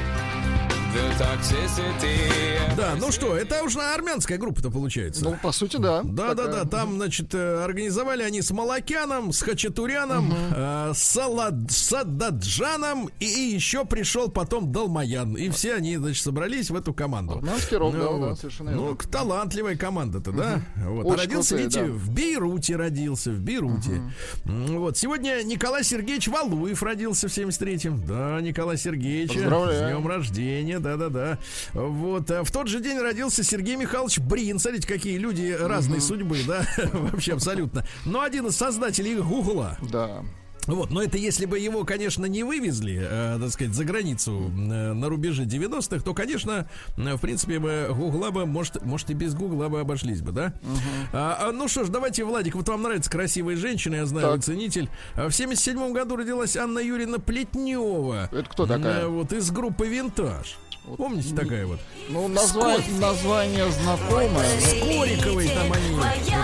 Да, ну что, это уже армянская группа-то получается. Ну, по сути, да. Да. Там, значит, организовали они с Малакяном, с Хачатуряном, с Сададжаном, и еще пришел потом Далмаян. И все они, значит, собрались в эту команду. Армянский рок, да, совершенно верно. Ну, талантливая команда-то, да. Вот. А родился, крутые, видите, да. в Бейруте родился, в Бейруте. Вот. Сегодня Николай Сергеевич Валуев родился в 73-м. Да, Николай Сергеевич. Поздравляю. С днем рождения, да. Вот. А в тот же день родился Сергей Михайлович Брин. Смотрите, какие люди разной судьбы, да, вообще абсолютно. Но один из создателей Гугла. Да. Вот, но это если бы его, конечно, не вывезли, так сказать, за границу на рубеже 90-х, то, конечно, в принципе, Гугла бы, может и без Гугла бы обошлись бы, да? Ну что ж, давайте, Владик, вот вам нравятся красивые женщины, я знаю, вы ценитель. В 77-м году родилась Анна Юрьевна Плетнева. Это кто такая? Вот из группы «Винтаж». Помните, такая вот? Ну, название знакомое. С Кориковой там они.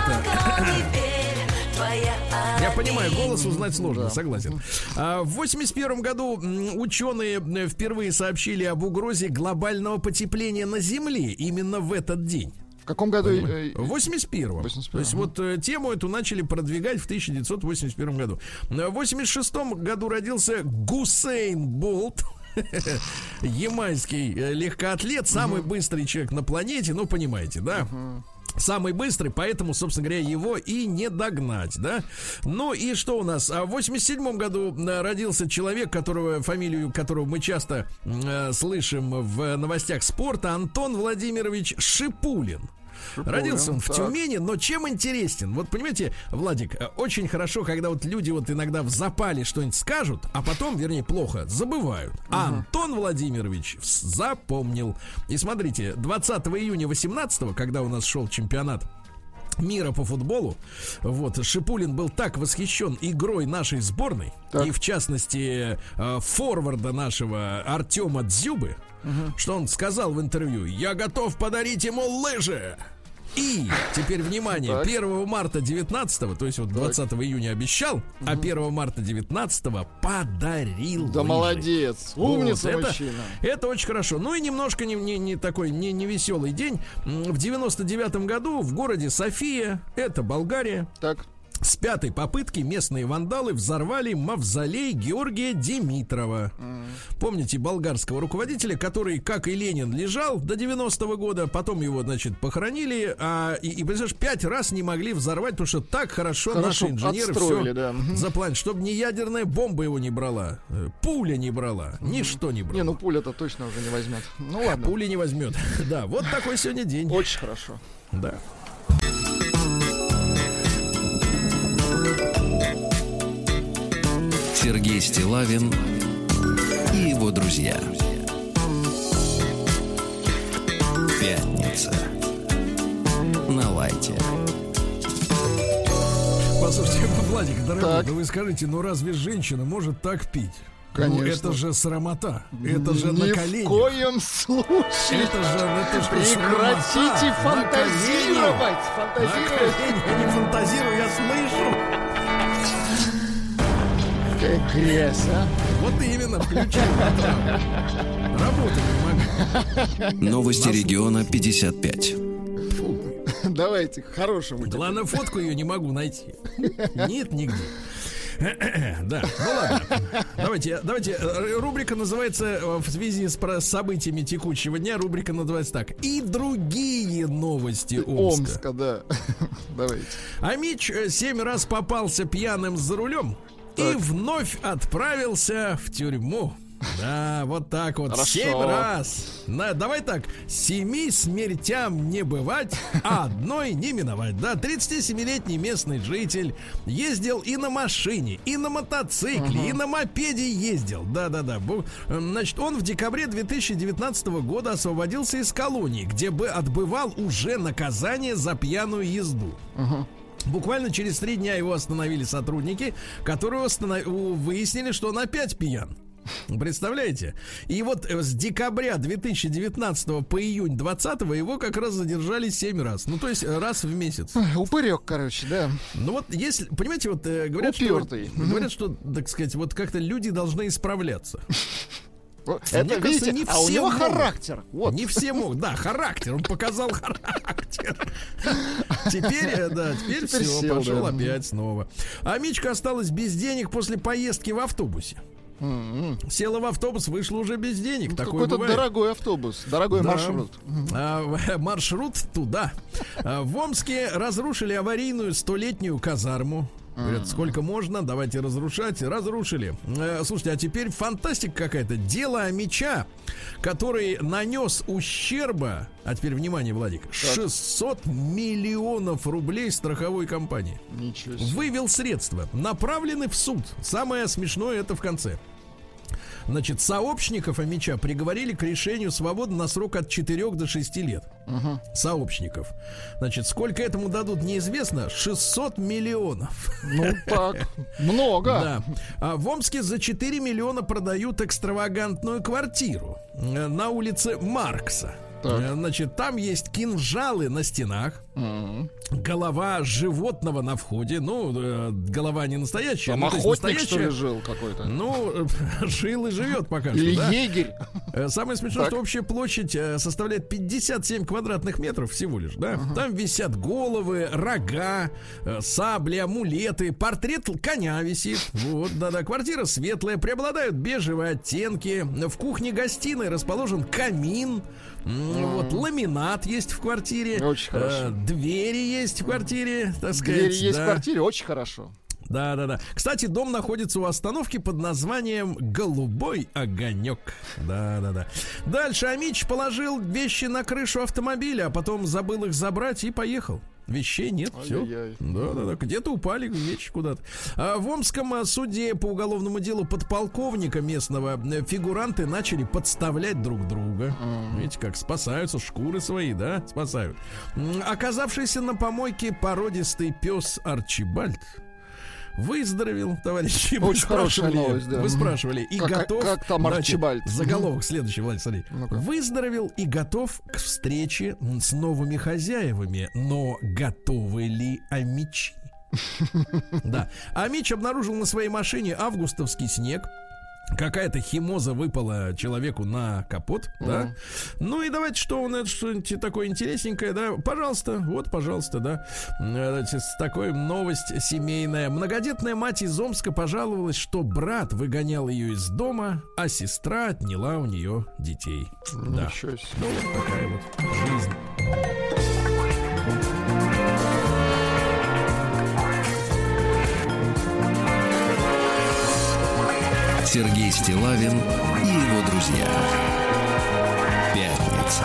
Я понимаю, голос узнать сложно, согласен. В 81 году ученые впервые сообщили об угрозе глобального потепления на Земле именно в этот день. В каком году? В 81-м. То есть вот тему эту начали продвигать в 1981 году. В 86-м году родился Гусейн Болт. Ямайский легкоатлет, самый быстрый человек на планете, ну, понимаете, да? Самый быстрый, поэтому, собственно говоря, его и не догнать, да? Ну и что у нас? В 87-м году родился человек, фамилию которого мы часто слышим в новостях спорта, Антон Владимирович Шипулин. Родился он в Тюмени, но чем интересен? Вот понимаете, Владик, очень хорошо, когда вот люди вот иногда в запале что-нибудь скажут, а потом, вернее, плохо забывают. Антон Владимирович запомнил. И смотрите, 20 июня 18-го, когда у нас шел чемпионат мира по футболу, вот, Шипулин был так восхищен игрой нашей сборной, и в частности форварда нашего Артема Дзюбы, что он сказал в интервью: «Я готов подарить ему лыжи». И теперь, внимание, 1 марта 19-го, то есть вот 20 июня обещал, а 1 марта 19-го подарил Да лыжи. молодец, умница вот, мужчина. Это очень хорошо. Ну и немножко не такой не веселый день. В 99-м году в городе София, это Болгария, с 5-й попытки местные вандалы взорвали мавзолей Георгия Димитрова. Помните болгарского руководителя, который, как и Ленин, лежал до 90-го года, потом его, значит, похоронили, и представляешь, 5 раз не могли взорвать, потому что так хорошо наши инженеры все запланировали, чтобы ни ядерная бомба его не брала, пуля не брала, ничто не брала. Не, ну пуля-то точно уже не возьмет. Ну ладно. Пули не возьмет. Да, вот такой сегодня день. Очень хорошо. Да. Сергей Стиллавин и его друзья. Пятница. На лайте. Послушайте, Владик, дорогой, да вы скажите, ну разве женщина может так пить? Конечно. Ну, это же срамота. Это же на коленях. Ни в коем случае. Это же прекратите фантазировать. Я не фантазирую, я слышу. Как грязь, а? Вот именно, включай. Работать не могу. Новости региона 55. Давайте, к хорошему. Главное, фотку ее не могу найти. Нет нигде. Да, ну ладно. Давайте. Рубрика называется, в связи с событиями текущего дня, рубрика называется так: «И другие новости Омска». Омска, да. Давайте. Амич 7 раз попался пьяным за рулем и вновь отправился в тюрьму. Да, вот так вот. Хорошо. 7 раз. Давай так. 7 смертям не бывать, а одной не миновать. Да, 37-летний местный житель ездил и на машине, и на мотоцикле, и на мопеде ездил. Да-да-да. Значит, он в декабре 2019 года освободился из колонии, где бы отбывал уже наказание за пьяную езду. Буквально через 3 дня его остановили сотрудники, которые выяснили, что он опять пьян. Представляете? И вот с декабря 2019 по июнь 2020 его как раз задержали 7 раз. Ну, то есть раз в месяц. Упырек, короче, да. Ну вот, если, понимаете, вот говорят, что, так сказать, вот как-то люди должны исправляться. Это, мне видите, кажется, не все у него могут. характер. Вот. Не все могут. Да, характер. Он показал характер. Теперь все, сел, пошел да. опять снова. А Мичка осталась без денег после поездки в автобусе. Села в автобус, вышла уже без денег. Такое Какой-то бывает. дорогой автобус, дорогой маршрут. Маршрут туда. В Омске разрушили аварийную 100-летнюю казарму. Говорят, сколько можно, давайте разрушать. Разрушили. Слушайте, а теперь фантастика какая-то. Дело о Мича, который нанес ущерба, а теперь внимание, Владик, 600 миллионов рублей страховой компании. Ничего себе. Вывел средства, направлены в суд. Самое смешное это в конце. Значит, сообщников Амича приговорили к решению свободы на срок от 4 до 6 лет. Сообщников. Значит, сколько этому дадут, неизвестно. 600 миллионов. Ну так, много. Да. А в Омске за 4 миллиона продают экстравагантную квартиру на улице Маркса. Так. Значит, там есть кинжалы на стенах, голова животного на входе. Ну, голова не настоящая. Там охотник, что ли, жил какой-то? Ну, жил и живет пока или что. Или егерь. Самое смешное, что общая площадь составляет 57 квадратных метров всего лишь, да? Там висят головы, рога, сабли, амулеты, портрет коня висит. Вот, да-да, квартира светлая, преобладают бежевые оттенки. В кухне-гостиной расположен камин. Вот, ламинат есть в квартире. Очень хорошо. Двери есть в квартире, так сказать. Двери есть в квартире, очень хорошо. Да. Кстати, дом находится у остановки под названием «Голубой огонек». Да. Дальше Амич положил вещи на крышу автомобиля, а потом забыл их забрать и поехал. Вещей нет, все. Да. Где-то упали вещи куда-то. В Омском суде по уголовному делу подполковника местного фигуранты начали подставлять друг друга. Видите, как спасаются, шкуры свои, да, спасают. Оказавшийся на помойке породистый пес Арчибальд выздоровел, товарищи. Очень хорошая новость, да. Вы спрашивали. И готов... Как там Арчибальд? Заголовок следующий, Владимир, смотри. Выздоровел и готов к встрече с новыми хозяевами. Но готовы ли Амичи? Да. Амич обнаружил на своей машине августовский снег. Какая-то химоза выпала человеку на капот, да. Ну и давайте, что у нас что-нибудь такое интересненькое, да. Пожалуйста, да. Такая новость семейная. Многодетная мать из Омска пожаловалась, что брат выгонял ее из дома, а сестра отняла у нее детей. Да. Ничего себе. Ну, вот такая вот жизнь. Сергей Стиллавин и его друзья. Пятница.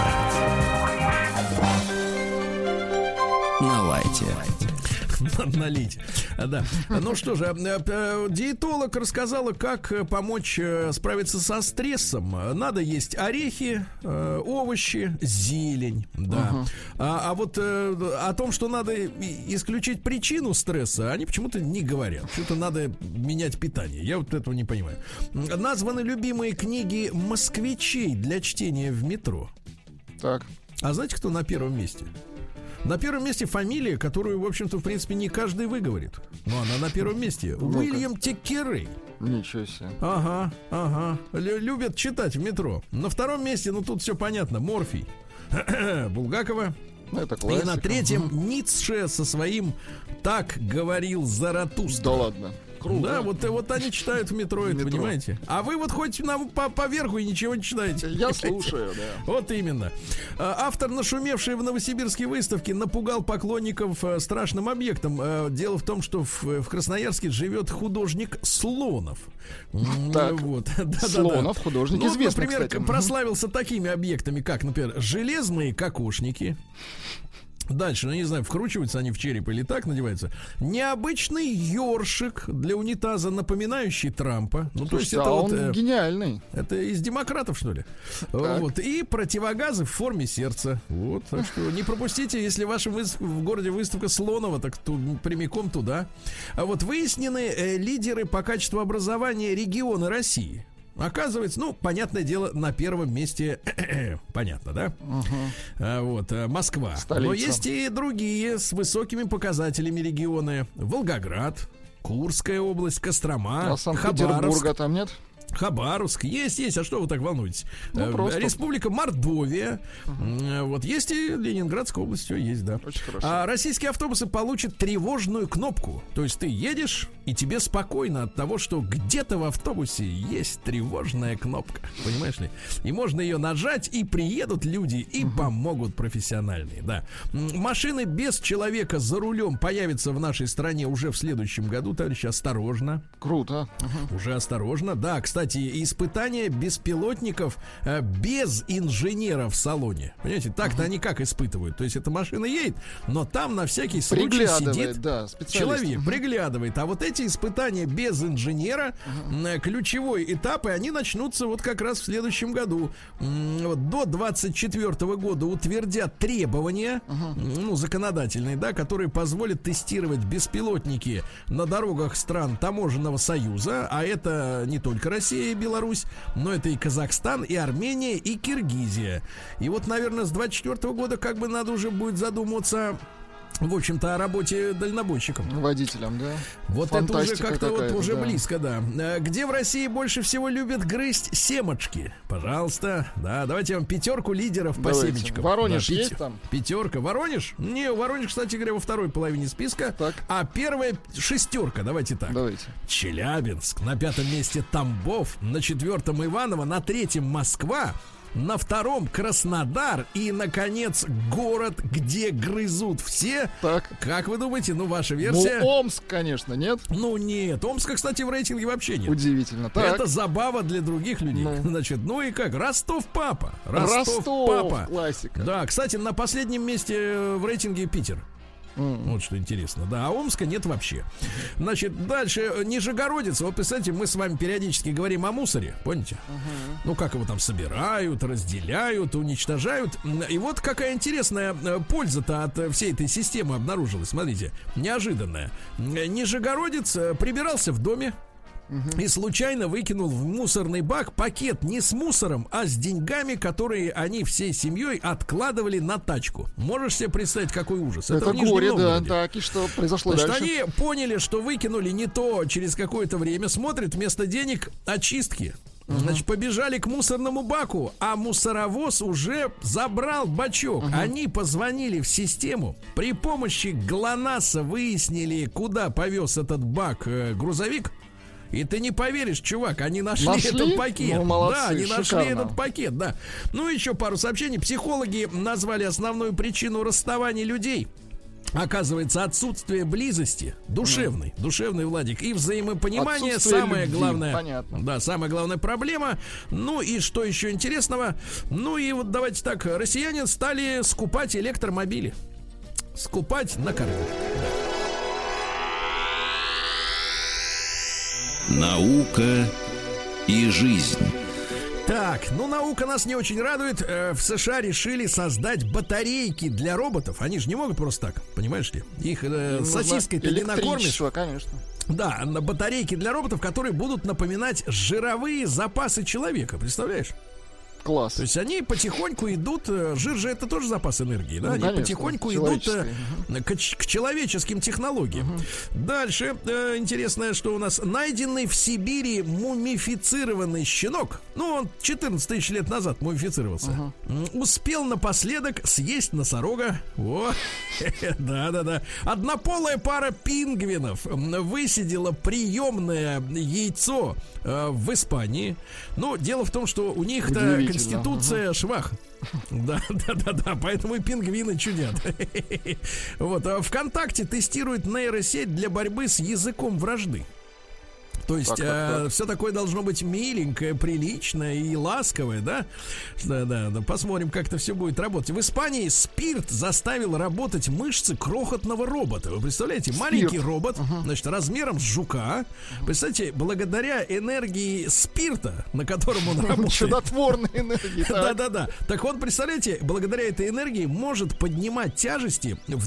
На лайте. Налить. Да. Ну что же, диетолог рассказала, как помочь справиться со стрессом. Надо есть орехи, овощи, зелень. Да. А вот о том, что надо исключить причину стресса, они почему-то не говорят. Что-то надо менять питание. Я вот этого не понимаю. Названы любимые книги москвичей для чтения в метро. Так. А знаете, кто на первом месте? На первом месте фамилия, которую, в общем-то, в принципе, не каждый выговорит. Но она на первом месте. Уильям Теккерей. Ничего себе. Ага. Любят читать в метро. На втором месте, ну тут все понятно, Морфий. Булгакова. Это классика. И на третьем Ницше со своим «Так говорил Заратустра». Да ладно. Круто. Да, вот они читают в метро, это, понимаете? А вы вот хоть поверху и ничего не читаете. Я слушаю, да. Вот именно. Автор нашумевшей в Новосибирске выставки напугал поклонников страшным объектом. Дело в том, что в Красноярске живет художник Слонов. Так. Вот. Слонов, художник известный, например, кстати. прославился такими объектами, как, например, железные кокошники. Дальше, не знаю, вкручиваются они в череп или так надеваются. Необычный ёршик для унитаза, напоминающий Трампа. Ну, то есть это он гениальный. Это из демократов, что ли? Вот. И противогазы в форме сердца. Вот. Так что не пропустите, если в вашем в городе выставка Слонова, так прямиком туда. А вот выяснены лидеры по качеству образования региона России. Оказывается, понятное дело, на первом месте, понятно, да? Вот, Москва. Столица. Но есть и другие с высокими показателями регионы. Волгоград, Курская область, Кострома, а Санкт-Петербурга там нет? Хабаровск. Есть. А что вы так волнуетесь? Республика Мордовия. Вот есть и Ленинградская область. Все есть, да. Очень хорошо. А российские автобусы получат тревожную кнопку. То есть ты едешь, и тебе спокойно от того, что где-то в автобусе есть тревожная кнопка. Понимаешь ли? И можно ее нажать, и приедут люди, и помогут профессиональные. Да. Машины без человека за рулем появятся в нашей стране уже в следующем году, товарищи. Осторожно. Круто. Уже осторожно. Да, кстати, испытания беспилотников без инженера в салоне. Понимаете, так-то они как испытывают? То есть эта машина едет, но там на всякий случай сидит человек, приглядывает. А вот эти испытания без инженера, ключевой этап, и они начнутся вот как раз в следующем году. До 2024 года утвердят требования, законодательные, да, которые позволят тестировать беспилотники на дорогах стран Таможенного союза, а это не только Россия и Беларусь, но это и Казахстан, и Армения, и Киргизия. И вот, наверное, с 2024 года как бы надо уже будет задумываться, в общем-то, о работе дальнобойщиком. Водителем, да. Вот это уже как-то вот уже близко, да. Где в России больше всего любят грызть семечки? Пожалуйста. Да, давайте я вам пятерку лидеров по семечкам. Воронеж есть там? Пятерка. Воронеж? Не, Воронеж, кстати говоря, во второй половине списка. Так. А первая шестерка, давайте так. Давайте. Челябинск, на пятом месте Тамбов, на четвертом Иваново, на третьем Москва, на втором Краснодар и, наконец, город, где грызут все. Так. Как вы думаете, ваша версия? Омск, конечно, нет? Нет. Омска, кстати, в рейтинге вообще нет. Удивительно. Так. Это забава для других людей. Значит, и как? Ростов-Папа. Ростов-Папа. Классика. Да, кстати, на последнем месте в рейтинге Питер. Вот что интересно. Да, а Омска нет вообще. Значит, дальше Нижегородец. Вот, представьте, мы с вами периодически говорим о мусоре. Помните? Как его там собирают, разделяют, уничтожают. И вот какая интересная польза-то от всей этой системы обнаружилась. Смотрите, неожиданная. Нижегородец прибирался в доме и случайно выкинул в мусорный бак пакет не с мусором, а с деньгами, которые они всей семьей откладывали на тачку. Можешь себе представить, какой ужас? Это горе, да. Так, и что произошло дальше? Они поняли, что выкинули не то через какое-то время, смотрят, вместо денег очистки. Значит, побежали к мусорному баку, а мусоровоз уже забрал бачок. Они позвонили в систему, при помощи ГЛОНАССа выяснили, куда повез этот бак грузовик. И ты не поверишь, чувак, они нашли этот пакет. Молодцы, да, они шикарно. нашли этот пакет, да. Еще пару сообщений. Психологи назвали основную причину расставания людей. Оказывается, отсутствие близости душевной, Владик, и взаимопонимание самое главное. Понятно. Да, самая главная проблема. И что еще интересного? И вот давайте так, россияне стали скупать электромобили. Скупать на кормежку. Наука и жизнь. Так, наука нас не очень радует. В США решили создать батарейки для роботов. Они же не могут просто так, понимаешь ли? Их сосиской-то не накормишь. Конечно. Да, на батарейки для роботов, которые будут напоминать жировые запасы человека. Представляешь? Класс. То есть они потихоньку идут, жир же это тоже запас энергии, да? Ну, Они конечно, потихоньку идут к человеческим технологиям. Дальше интересное, что у нас найденный в Сибири мумифицированный щенок, ну, он 14 тысяч лет назад мумифицировался, успел напоследок съесть носорога. О, да-да-да. Однополая пара пингвинов высидела приемное яйцо в Испании. Но дело в том, что у них-то конституция швах. Да, поэтому и пингвины чудят. Вот, ВКонтакте тестирует нейросеть для борьбы с языком вражды. То есть все такое должно быть миленькое, приличное и ласковое, да? Да. Посмотрим, как это все будет работать. В Испании спирт заставил работать мышцы крохотного робота. Вы представляете? Маленький робот, значит, размером с жука. Представляете, благодаря энергии спирта, на котором он работает. Чудотворной энергии. Да. Так вот, представляете, благодаря этой энергии может поднимать тяжести в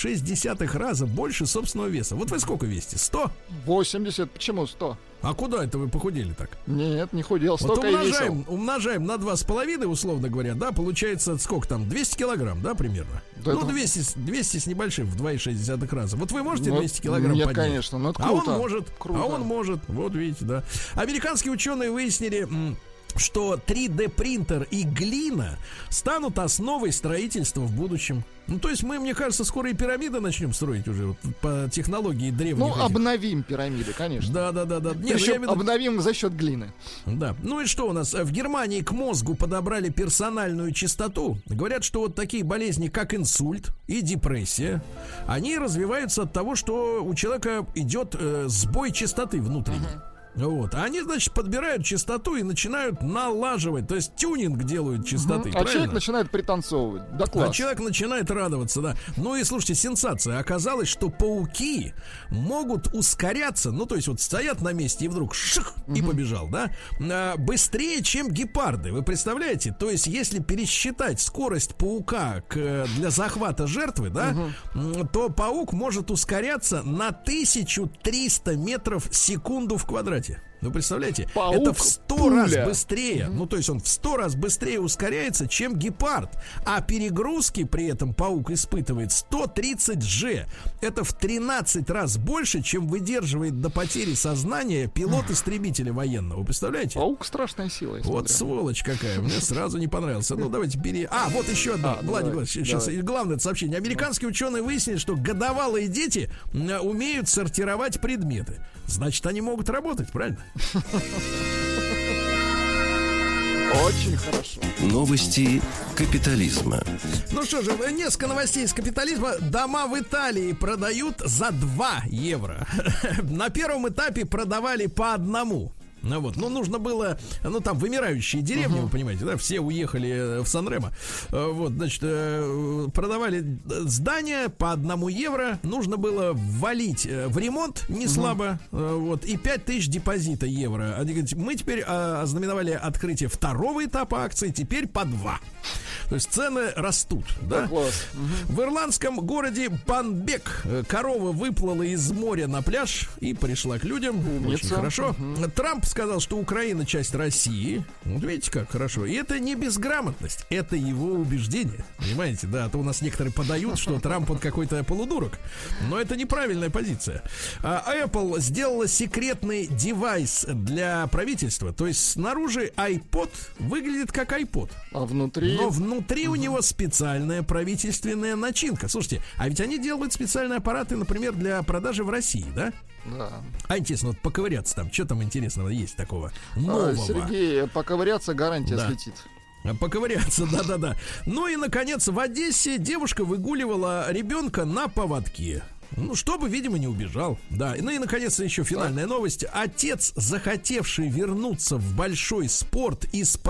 2,6 раза больше собственного веса. Вот вы сколько весите? 100? 80. Почему 100? А куда это вы похудели так? Нет, не худел, столько вот и весил. умножаем на 2,5, условно говоря, да, получается сколько там, 200 килограмм, да, примерно? Да, ну, 200 с небольшим, в 2,6 раза. Вот вы можете 200 килограмм поднять? Нет, конечно, но это круто. А он может, вот видите, да. Американские ученые выяснили, что 3D-принтер и глина станут основой строительства в будущем. Ну, то есть мы, мне кажется, скоро и пирамиды начнем строить уже вот, по технологии древних. Ну, обновим пирамиды, конечно. Да. Причем обновим за счет глины. Да. Ну и что у нас? В Германии к мозгу подобрали персональную частоту. Говорят, что вот такие болезни, как инсульт и депрессия, они развиваются от того, что у человека идет сбой частоты внутренней. Вот. А они, значит, подбирают частоту и начинают налаживать. То есть тюнинг делают частоты. А человек начинает пританцовывать. Да, класс. А человек начинает радоваться, да. Ну и слушайте, сенсация. Оказалось, что пауки могут ускоряться. Ну, то есть вот стоят на месте и вдруг ших, и побежал, да. Быстрее, чем гепарды. Вы представляете? То есть если пересчитать скорость паука для захвата жертвы, да, то паук может ускоряться на 1300 метров в секунду в квадрате. Вы представляете? Паук, это в 100 раз быстрее. Ну, то есть он в 100 раз быстрее ускоряется, чем гепард. А перегрузки при этом паук испытывает 130 G. Это в 13 раз больше, чем выдерживает до потери сознания пилот истребителя военного. Вы представляете? Паук страшная сила. Вот сволочь какая. Мне сразу не понравился. Ну, давайте вот еще одна. Владик, сейчас главное сообщение. Американские ученые выяснили, что годовалые дети умеют сортировать предметы. Значит, они могут работать, правильно? Очень хорошо. Новости капитализма. Ну что же, несколько новостей из капитализма. Дома в Италии продают за 2 евро. На первом этапе продавали по 1. Ну вот, нужно было, там вымирающие деревни, вы понимаете, да, все уехали в Сан-Ремо. Вот, значит, продавали здания по 1 евро. Нужно было ввалить в ремонт не слабо, вот, и 5000 депозита евро. Они говорят, мы теперь ознаменовали открытие 2-го этапа акций, теперь по 2. То есть цены растут, да? В ирландском городе Банбек корова выплыла из моря на пляж и пришла к людям. Очень хорошо. Трамп сказал, что Украина часть России. Вот видите, как хорошо. И это не безграмотность, это его убеждение. Понимаете, да? А то у нас некоторые подают, что Трамп он какой-то полудурок. Но это неправильная позиция. Apple сделала секретный девайс для правительства. То есть снаружи iPod выглядит как iPod. А внутри? Но внутри у него специальная правительственная начинка. Слушайте, а ведь они делают специальные аппараты, например, для продажи в России, да? Да. А интересно, вот поковыряться там, что там интересного есть такого нового? Сергей, поковыряться гарантия слетит. Поковыряться, да. Ну и, наконец, в Одессе девушка выгуливала ребенка на поводке. Ну, чтобы, видимо, не убежал. Да. Ну и, наконец, еще финальная новость. Отец, захотевший вернуться в большой спорт из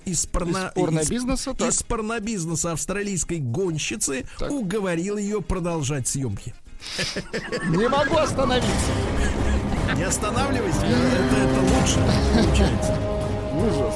порнобизнеса австралийской гонщицы, уговорил ее продолжать съемки. Не могу остановиться. Не останавливайся, это лучше получается. Ужас.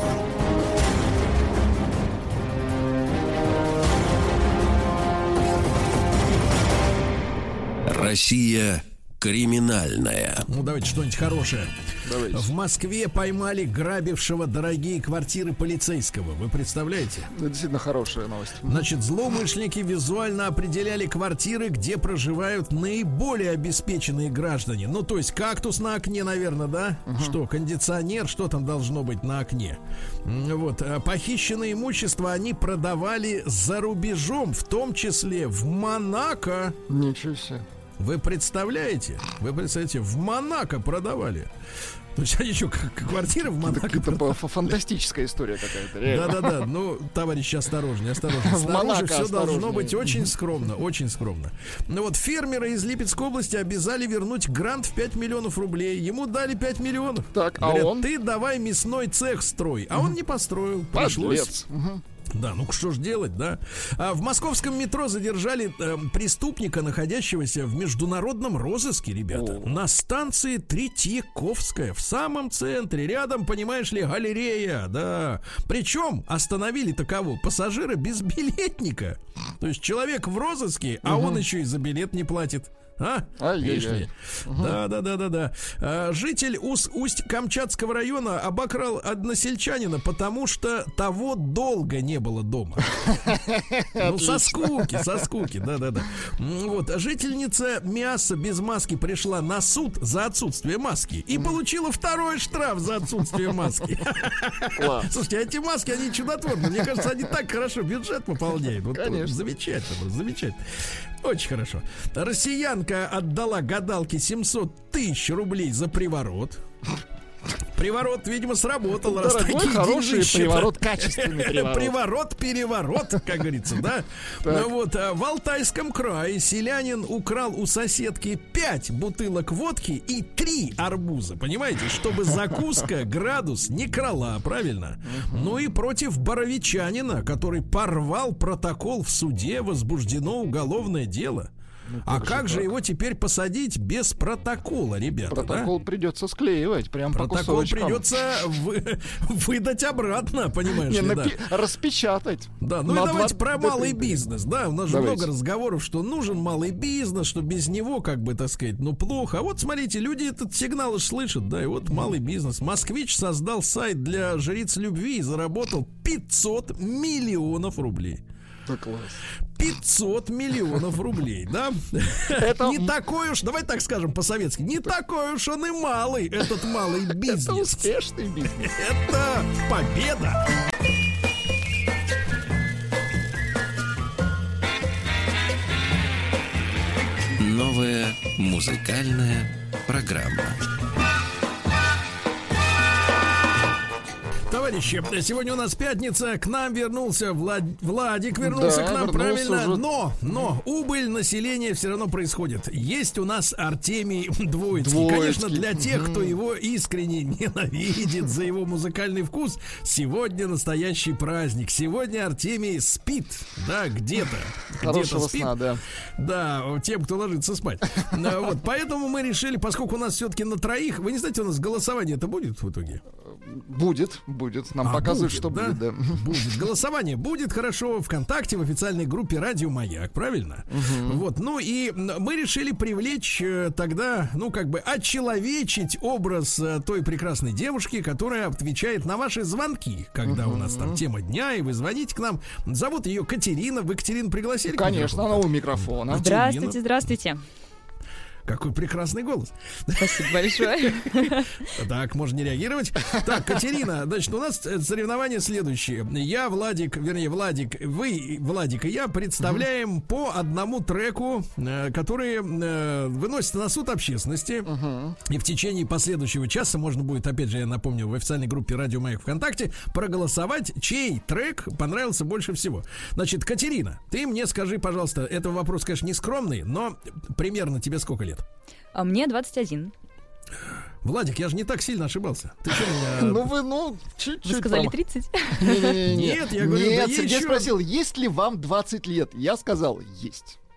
Россия Криминальное. Ну, давайте что-нибудь хорошее. Давайте. В Москве поймали грабившего дорогие квартиры полицейского. Вы представляете? Это действительно хорошая новость. Значит, злоумышленники визуально определяли квартиры, где проживают наиболее обеспеченные граждане. Ну, то есть кактус на окне, наверное, да? Что, кондиционер, что там должно быть на окне? Вот. Похищенное имущество они продавали за рубежом, в том числе в Монако. Ничего себе. Вы представляете? В Монако продавали. То есть они что, квартиры в Монако? Это фантастическая история какая-то, реально. Да. Ну, товарищи, осторожнее. Снаружи все должно быть очень скромно, очень скромно. Ну вот фермера из Липецкой области обязали вернуть грант в 5 миллионов рублей. Ему дали 5 миллионов. Так, Говорят, а он? Ты давай мясной цех строй. А он не построил. Пришлось. Да, ну что ж делать, да? В московском метро задержали преступника, находящегося в международном розыске, ребята. На станции Третьяковская, в самом центре, рядом, понимаешь ли, галерея, да. Причем остановили-то кого? Пассажира без билетника. То есть человек в розыске, а он еще и за билет не платит. Видишь ли? Да. Житель Усть-Камчатского района обокрал односельчанина, потому что того долго не было дома. Ну, со скуки, да. Вот, жительница Миасса без маски пришла на суд за отсутствие маски и получила второй штраф за отсутствие маски. Слушайте, эти маски, они чудотворные. Мне кажется, они так хорошо бюджет пополняют. Конечно. Замечательно. Очень хорошо. Россиянка отдала гадалке 700 тысяч рублей за приворот. Приворот, видимо, сработал. Дорогой, хороший приворот, качественный приворот. Переворот, как говорится, да? Ну вот, в Алтайском крае селянин украл у соседки 5 бутылок водки и 3 арбуза, понимаете? Чтобы закуска градус не крала, правильно? Ну и против боровичанина, который порвал протокол в суде, возбуждено уголовное дело. А как же его теперь посадить без протокола, ребята? Протокол придется склеивать, прям по протокол кусочкам. Придется выдать обратно, понимаешь ли, да? Распечатать. Да, ну и давайте про малый бизнес, да? У нас же много разговоров, что нужен малый бизнес, что без него, как бы, так сказать, ну плохо. А вот смотрите, люди этот сигнал слышат, да, и вот малый бизнес. Москвич создал сайт для жриц любви и заработал 500 миллионов рублей. Да, класс. 500 миллионов рублей, да? Это не такой уж, давай так скажем по-советски, не такой уж он и малый, этот малый бизнес. Это успешный бизнес. Это победа. Новая музыкальная программа. Товарищи, сегодня у нас пятница, к нам вернулся Владик, вернулся к нам, правильно, уже. Но убыль населения все равно происходит. Есть у нас Артемий Двоицкий. Конечно, для тех, кто его искренне ненавидит за его музыкальный вкус, сегодня настоящий праздник. Сегодня Артемий спит, да, где-то. Хорошего спит. Сна, да. Да, тем, кто ложится спать. Вот, поэтому мы решили, поскольку у нас все-таки на троих, вы не знаете, у нас голосование это будет в итоге? Будет. Нам показывают, будет, что да? будет, да. Будет. Голосование будет, хорошо, ВКонтакте, в официальной группе Радио Маяк, правильно? Вот, ну и мы решили привлечь тогда, ну как бы очеловечить образ той прекрасной девушки, которая отвечает на ваши звонки, когда у нас там тема дня, и вы звоните к нам. Зовут ее Катерина. Вы Катерину пригласили? Конечно, она у микрофона. Здравствуйте. Какой прекрасный голос. Спасибо большое. Так, можно не реагировать. Так, Катерина, значит, у нас соревнования следующие. Я, Владик, вы, Владик и я представляем по одному треку, который выносится на суд общественности. И в течение последующего часа можно будет, опять же, я напомню, в официальной группе Радио Маяк ВКонтакте проголосовать, чей трек понравился больше всего. Значит, Катерина, ты мне скажи, пожалуйста, это вопрос, конечно, не скромный, но примерно тебе сколько лет? А мне 21. Владик, я же не так сильно ошибался. Ты что меня... чуть-чуть. Вы сказали 30? Нет, я говорю, Сергей спросил, есть ли вам 20 лет? Я сказал, есть.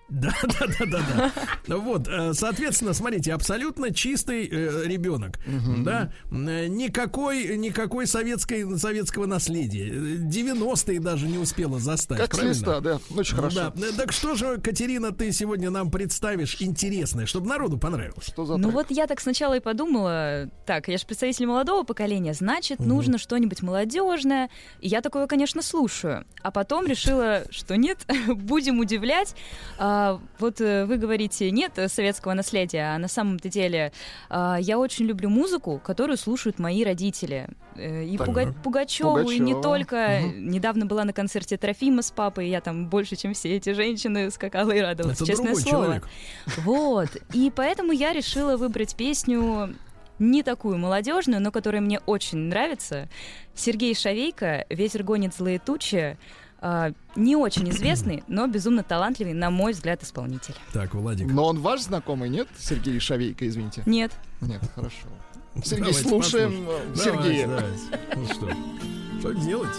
Да. Вот, соответственно, смотрите, абсолютно чистый ребенок, да, никакой советского наследия, 90-е даже не успела застать. Как с листа, да, очень хорошо. Да. Так что же, Катерина, ты сегодня нам представишь интересное, чтобы народу понравилось? Что за Ну трек? вот я так сначала и подумала, так, я же представитель молодого поколения, значит, нужно что-нибудь молодежное. И я такое, конечно, слушаю. А потом решила, что нет, будем удивлять. Вот вы говорите, нет советского наследия, а на самом-то деле я очень люблю музыку, которую слушают мои родители. И Пугачеву, и не только. Недавно была на концерте Трофима с папой, и я там больше, чем все эти женщины, скакала и радовалась, Это честное другой слово. человек. Вот. И поэтому я решила выбрать песню не такую молодежную, но которая мне очень нравится. Сергей Шавейко «Ветер гонит злые тучи». Не очень известный, но безумно талантливый, на мой взгляд, исполнитель. Так, Владик. Но он ваш знакомый, нет? Сергей Шавейко, извините. Нет. Нет, хорошо. Сергей, Давайте слушаем послушаем. Сергея. Давайте. Ну что делать?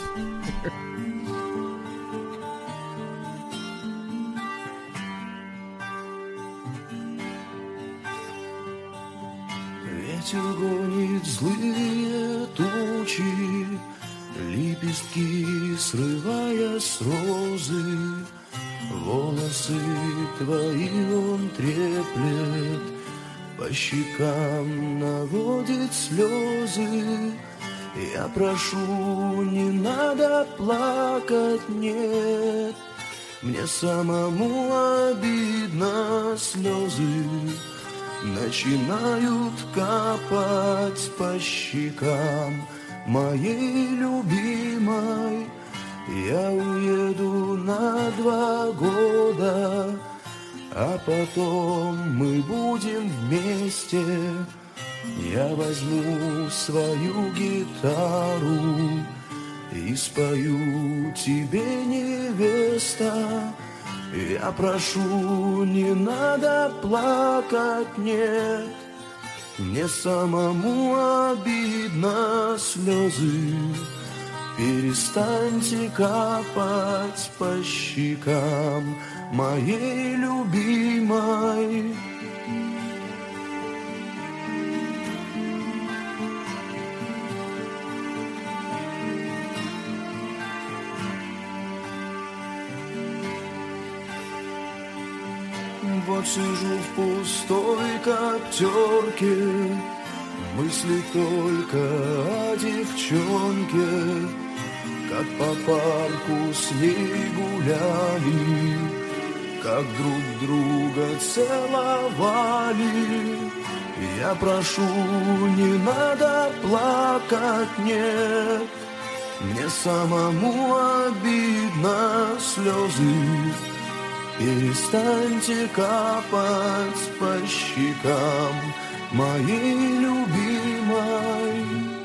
Ветер гонит злые тучи, лепестки срывая с розы, волосы твои он треплет, по щекам наводит слезы. Я прошу, не надо плакать, нет, мне самому обидно, слезы начинают капать по щекам моей любимой. Я уеду на 2 года, а потом мы будем вместе. Я возьму свою гитару и спою тебе, невеста. Я прошу, не надо плакать, нет, мне самому обидно, слезы перестаньте капать по щекам моей любимой. Вот сижу в пустой коптерке, мысли только о девчонке, как по парку с ней гуляли, как друг друга целовали. Я прошу, не надо плакать, нет, мне самому обидно, слезы перестаньте капать по щекам моей любимой.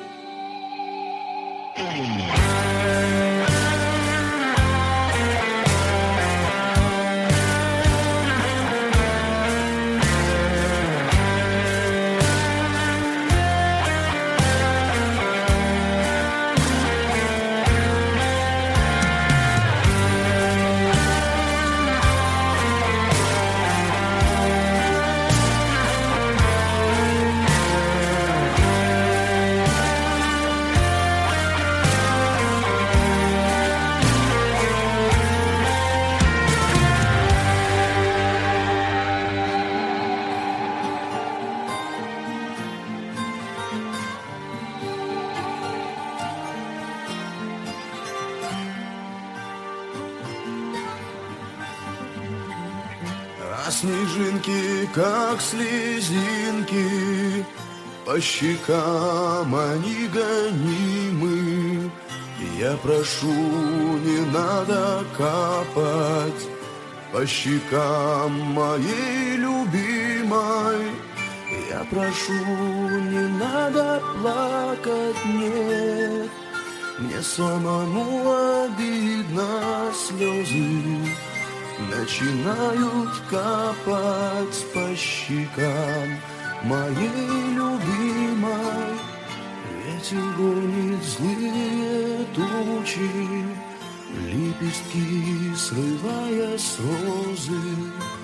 А снежинки, как слезинки, по щекам они гонимы. Я прошу, не надо капать по щекам моей любимой. Я прошу, не надо плакать, нет, мне самому обидно, слезы начинают капать по щекам моей любимой. Ветер гонит злые тучи, лепестки срывая с розы,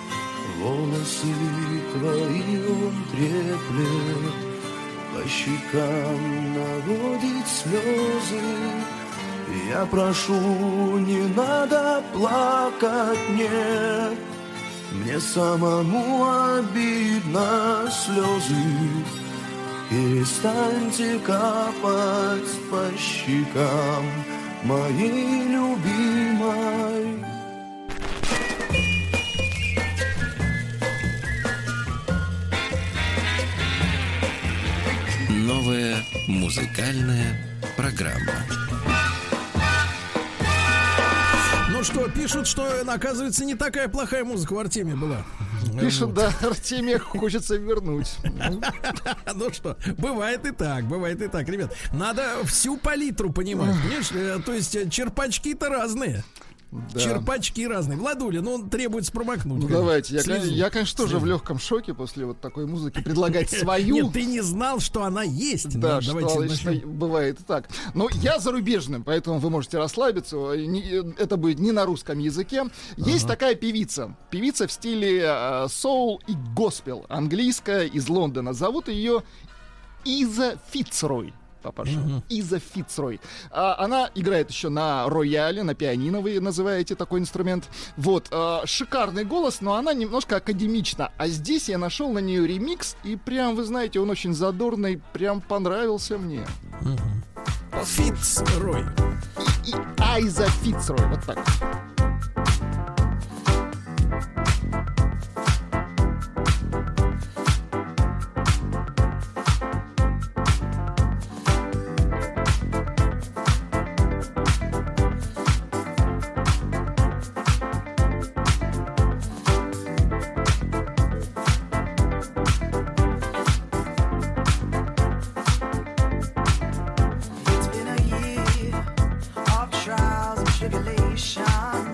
волосы твои он треплет, по щекам наводит слезы. Я прошу, не надо плакать, нет, мне самому обидно слезы. Перестаньте капать по щекам моей любимой. Новая музыкальная программа. Ну что, пишут, что, оказывается, не такая плохая музыка у Артемия была. Пишут, да, Артемия хочется вернуть. Ну что, бывает и так, ребят. Надо всю палитру понимать, понимаешь? То есть черпачки-то разные. Да. Черпачки разные. Владуля, ну требуется промокнуть. Ну давайте, я, конечно, тоже в легком шоке после вот такой музыки предлагать свою. Нет, ты не знал, что она есть. Да, что бывает и так. Но я зарубежным, поэтому вы можете расслабиться. Это будет не на русском языке. Есть такая певица. Певица в стиле соул и госпел. Английская, из Лондона. Зовут ее Иза Фицрой. Папаша. Иза Фицрой. Она играет еще на рояле, на пианино, вы называете такой инструмент. Вот. Шикарный голос, но она немножко академична. А здесь я нашел на нее ремикс, и прям, вы знаете, он очень задорный, прям понравился мне. Фицрой. И Айза Фицрой. Вот так. Trials and tribulations.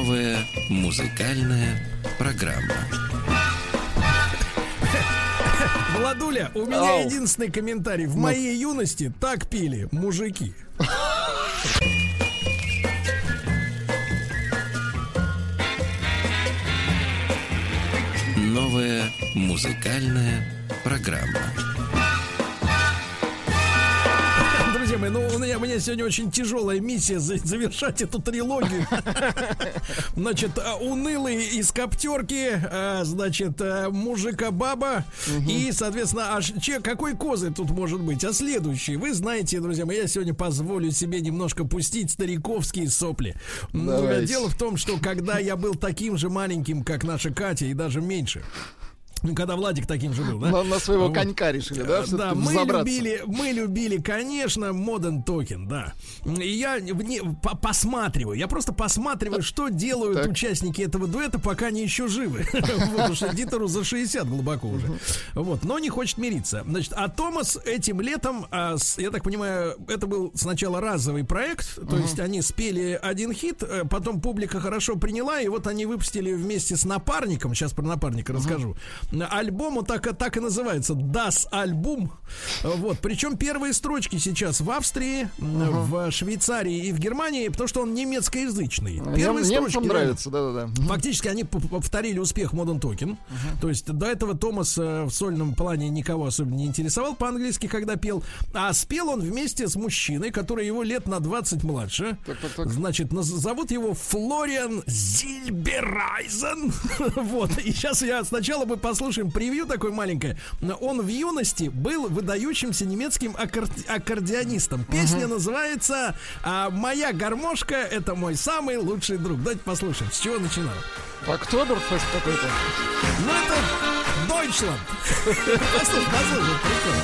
Новая музыкальная программа. Владуля, у меня единственный комментарий. В моей юности так пили мужики. Новая музыкальная программа. Друзья мои, ну у меня сегодня очень тяжелая миссия завершать эту трилогию. Значит, унылый из коптерки, значит, мужика-баба. И, соответственно, какой козырь тут может быть? А следующий, вы знаете, друзья мои, я сегодня позволю себе немножко пустить стариковские сопли. Дело в том, что когда я был таким же маленьким, как наша Катя, и даже меньше, когда Владик таким же был, да? На своего конька решили, да? Да, мы любили, конечно, Modern Talking, да. И я посматриваю, просто посматриваю, что делают участники этого дуэта, пока они еще живы. Потому что Дитеру за 60 глубоко уже. Вот, но не хочет мириться. Значит, а Томас этим летом, я так понимаю, это был сначала разовый проект, то есть они спели один хит, потом публика хорошо приняла, и вот они выпустили вместе с напарником, сейчас про напарника расскажу, альбом, он так и называется, Das Album. Вот, причем первые строчки сейчас в Австрии, в Швейцарии и в Германии, потому что он немецкоязычный. Первые строчки нравятся, да. Фактически они повторили успех Modern Talking. То есть до этого Томас в сольном плане никого особенно не интересовал по-английски, когда пел. А спел он вместе с мужчиной, который его лет на 20 младше. Значит, зовут его Флориан Зильберайзен. Вот, и сейчас я сначала бы послушаем превью такое маленькое. Он в юности был выдающимся немецким аккордеонистом. Песня называется «Моя гармошка — это мой самый лучший друг». Давайте послушаем, с чего начинал. Октоберфест какой-то. Ну это Deutschland. Послушай, прикольно.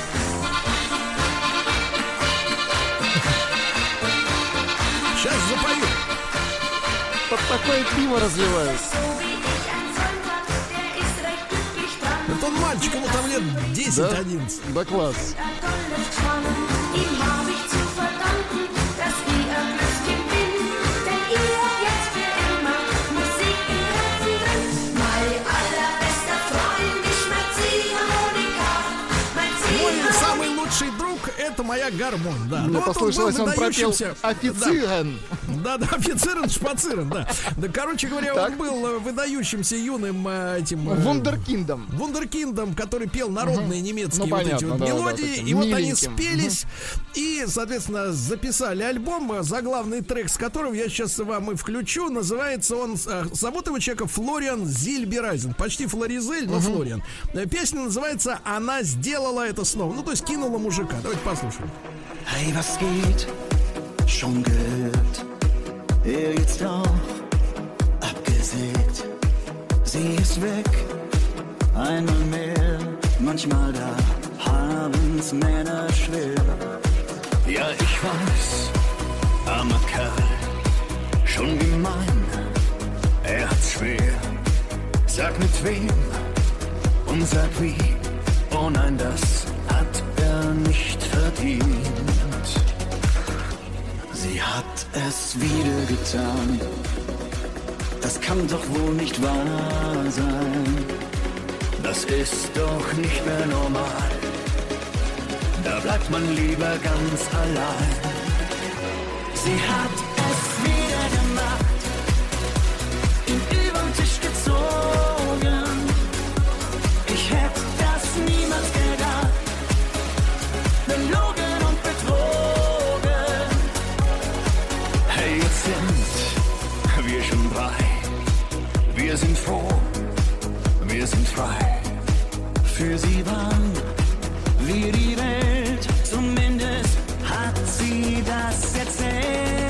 Сейчас запою. Под такое пиво разливают. Это он мальчик, ему там лет 10-11. Да, класс. Мой самый лучший друг — это моя гармонь, да. Мне послышалось, он пропел офицерен. Да, офицерен, шпацерен, да. Да, короче говоря, он был выдающимся юным этим... Вундеркиндом, который пел народные немецкие вот эти вот мелодии. И вот они спелись и, соответственно, записали альбом, заглавный трек с которого я сейчас вам и включу. Называется он... Зовут его человека Флориан Зильберайзен. Почти Флоризель, но Флориан. Песня называется «Она сделала это снова». Ну, то есть кинула мужика. Давайте послушаем. Hey, was geht? Schon gehört. Jetzt auch abgesägt. Sie ist weg. Einmal mehr. Manchmal da haben's Männer schwer. Ja, ich weiß. Armer Kerl. Schon gemein. Er hat's schwer. Sag mit wem und sag wie. Oh nein, das hat er nicht verdient. Sie hat es wieder getan. Das kann doch wohl nicht wahr sein. Das ist doch nicht mehr normal. Da bleibt man lieber ganz allein. Sie hat es wieder gemacht. Ihn übern Tisch gezogen. Ich hätte das niemals gedacht. Belogen und betrogen. Hey, jetzt sind wir schon drei. Wir sind froh, wir sind frei. Für sie waren wir die Welt. Zumindest hat sie das erzählt.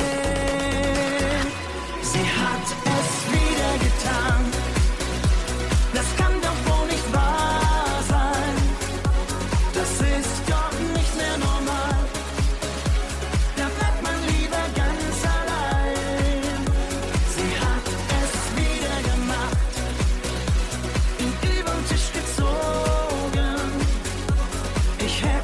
Sie hat es wieder getan. Das kann doch wohl nicht wahr sein. Das ist doch nicht mehr normal. Da bleibt man lieber ganz allein. Sie hat es wieder gemacht. Ihn übern Tisch gezogen. Ich hätte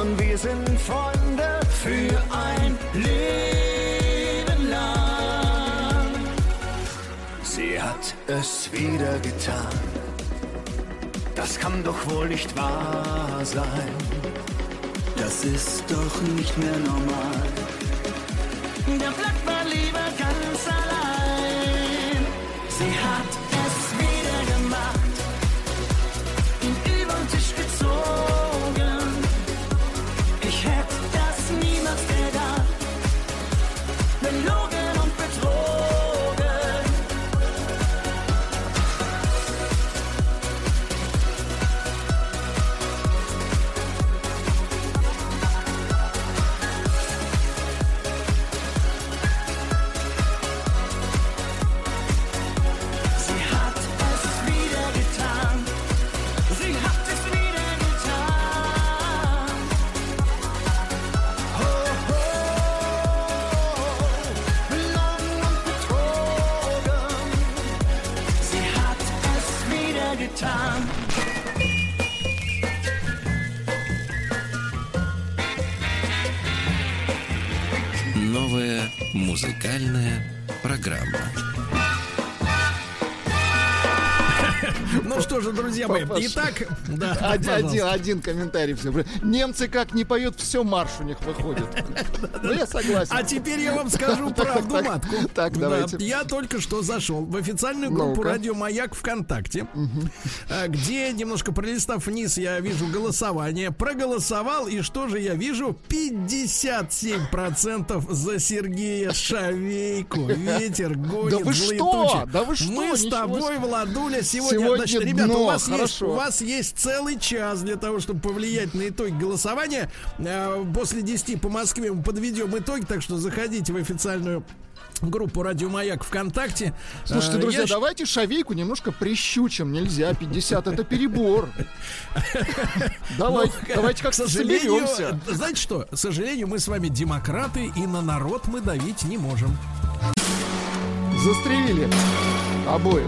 und wir sind Freunde für ein Leben lang. Sie hat es wieder getan, das kann doch wohl nicht wahr sein. Das ist doch nicht mehr normal. Der bleibt mal lieber ganz allein. Sie hat es wieder gemacht, ihn über den Tisch gezogen. Ich hätte das niemals gedacht. Belogen und betrogen. Новая музыкальная программа. Ну что же, друзья мои, итак, да, один комментарий. Все. Немцы как не поют, все марш у них выходит. Ну, я согласен. А теперь я вам скажу правду матку. Так, давайте. Я только что зашел в официальную группу «Радио Маяк» ВКонтакте, где, немножко пролистав вниз, я вижу голосование. Проголосовал, и что же я вижу? 57% за Сергея Шавейку. Ветер гонит злые тучи. Да вы что? Мы с тобой, Владуля, сегодня... Значит, ребята, у вас есть целый час для того, чтобы повлиять на итоги голосования. После 10 по Москве мы подведем итоги, так что заходите в официальную группу «Радио Маяк» ВКонтакте. Слушайте, друзья, давайте Шавейку немножко прищучим. Нельзя, 50 это перебор. Давайте как-то соберемся. Знаете что? К сожалению, мы с вами демократы, и на народ мы давить не можем. Застрелили обоих.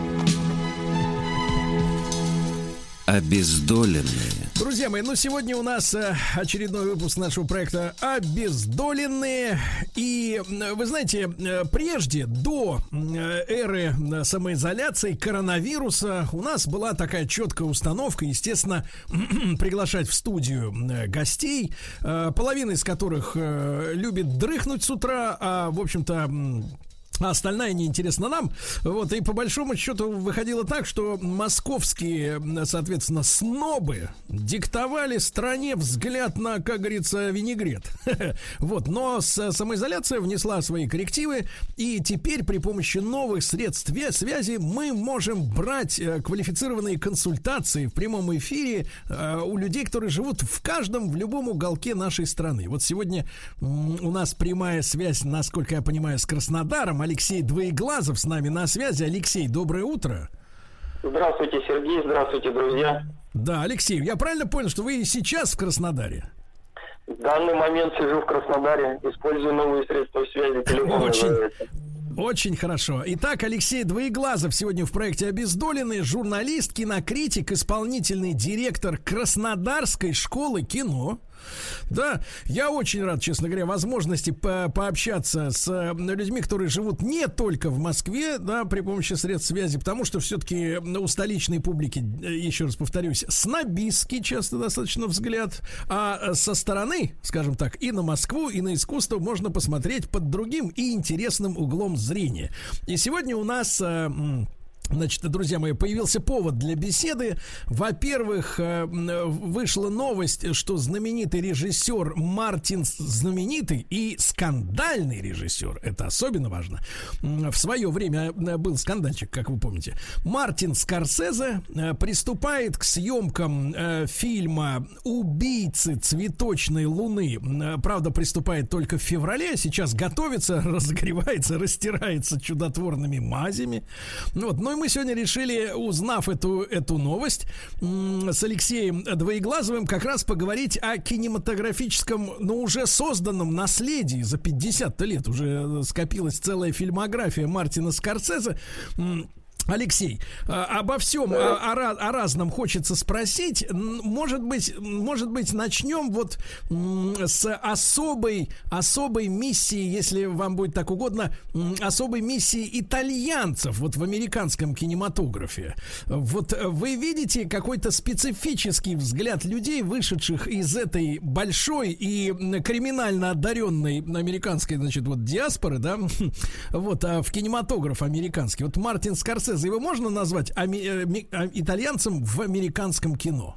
Обездоленные. Друзья мои, ну сегодня у нас очередной выпуск нашего проекта «Обездоленные». И вы знаете, прежде, до эры самоизоляции, коронавируса, у нас была такая четкая установка, естественно, приглашать в студию гостей, половина из которых любит дрыхнуть с утра, а, в общем-то, а остальная неинтересна нам. Вот, и по большому счету выходило так, что московские, соответственно, снобы диктовали стране взгляд на, как говорится, винегрет. Вот, но самоизоляция внесла свои коррективы, и теперь при помощи новых средств связи мы можем брать квалифицированные консультации в прямом эфире у людей, которые живут в любом уголке нашей страны. Вот сегодня у нас прямая связь, насколько я понимаю, с Краснодаром. Алексей Двоеглазов с нами на связи. Алексей, доброе утро. Здравствуйте, Сергей, здравствуйте, друзья. Да, Алексей, я правильно понял, что вы и сейчас в Краснодаре? В данный момент сижу в Краснодаре, использую новые средства связи, телефон. Очень хорошо. Итак, Алексей Двоеглазов сегодня в проекте «Обездоленные», журналист, кинокритик, исполнительный директор Краснодарской школы кино. Да, я очень рад, честно говоря, возможности пообщаться с людьми, которые живут не только в Москве, да, при помощи средств связи, потому что все-таки у столичной публики, еще раз повторюсь, снобистский часто достаточно взгляд, а со стороны, скажем так, и на Москву, и на искусство можно посмотреть под другим и интересным углом зрения. И сегодня у нас... Значит, друзья мои, появился повод для беседы. Во-первых, вышла новость, что знаменитый режиссер Мартин, знаменитый и скандальный режиссер, это особенно важно, в свое время был скандальчик, как вы помните, Мартин Скорсезе приступает к съемкам фильма «Убийцы цветочной луны». Правда, приступает только в феврале, а сейчас готовится, разогревается, растирается чудотворными мазями. Вот, ну и мы сегодня решили, узнав эту новость, с Алексеем Двоеглазовым как раз поговорить о кинематографическом, но уже созданном наследии. За 50 лет уже скопилась целая фильмография Мартина Скорсезе. Алексей, обо всем, о разном хочется спросить. Может быть, начнем вот с особой миссии, если вам будет так угодно, особой миссии итальянцев вот в американском кинематографе. Вот вы видите какой-то специфический взгляд людей, вышедших из этой большой и криминально одаренной американской, значит, вот диаспоры, да, вот, в кинематограф американский. Вот Мартин Скорсезе, его можно назвать итальянцем в американском кино?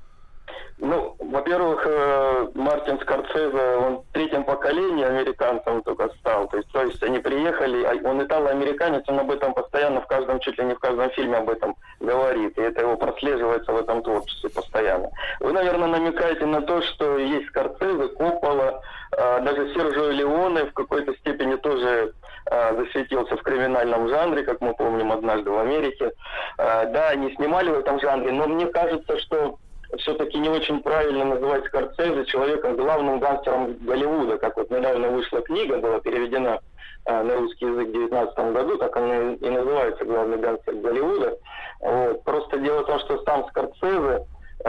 Ну, во-первых, Мартин Скорсезе, он третьим поколением американцем только стал. То есть они приехали, он итало-американец, он об этом постоянно чуть ли не в каждом фильме об этом говорит. И это его прослеживается в этом творчестве постоянно. Вы, наверное, намекаете на то, что есть Скорсезе, Коппола, даже Серджио Леоне в какой-то степени тоже засветился в криминальном жанре, как мы помним, «Однажды в Америке». Да, они снимали в этом жанре, но мне кажется, что все-таки не очень правильно называть Скорсезе человеком, главным гангстером Голливуда. Как вот недавно вышла книга, была переведена на русский язык в 2019 году, так она и называется «Главный гангстер Голливуда». Вот. Просто дело в том, что сам Скорсезе,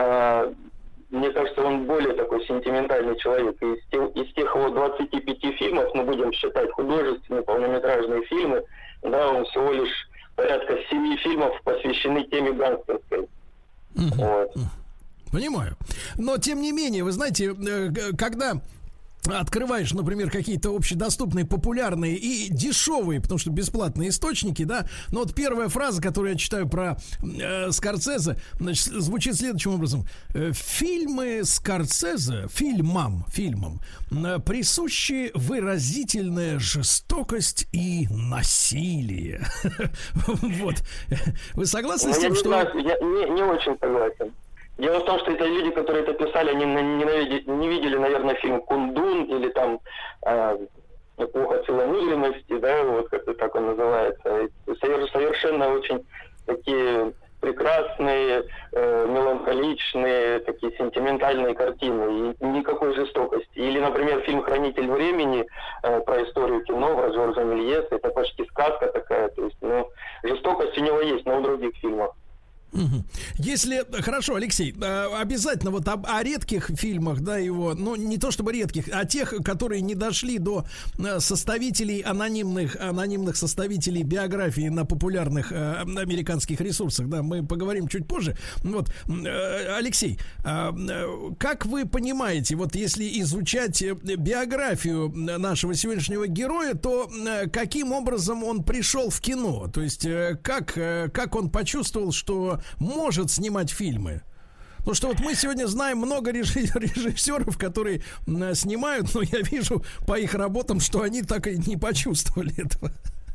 мне кажется, он более такой сентиментальный человек. Из тех его 25 фильмов, мы будем считать художественные, полнометражные фильмы, да, он всего лишь порядка 7 фильмов посвящены теме гангстерской. Вот. Понимаю. Но, тем не менее, вы знаете, когда открываешь, например, какие-то общедоступные, популярные и дешевые, потому что бесплатные источники, да, но вот первая фраза, которую я читаю про Скорсезе, значит, звучит следующим образом. Фильмы Скорсезе, фильмам присущи выразительная жестокость и насилие. Вот. Вы согласны с тем, что... Я не очень согласен. Дело в том, что это люди, которые это писали, они не видели, наверное, фильм «Кундун» или там «Эпоха целомудренности», да, вот как-то так он называется. Совершенно очень такие прекрасные, меланхоличные, такие сентиментальные картины. И никакой жестокости. Или, например, фильм «Хранитель времени» про историю кино, про Жоржа Мельеса. Это почти сказка такая. То есть, жестокость у него есть, но в других фильмах. Если, хорошо, Алексей, обязательно вот о редких фильмах, да, его, ну, не то чтобы редких, а тех, которые не дошли до составителей, анонимных составителей биографии на популярных американских ресурсах, да, мы поговорим чуть позже. Вот, Алексей, как вы понимаете, вот если изучать биографию нашего сегодняшнего героя, то каким образом он пришел в кино? То есть, как он почувствовал, что может снимать фильмы? Потому что вот мы сегодня знаем много режиссеров, которые снимают, но я вижу по их работам, что они так и не почувствовали этого.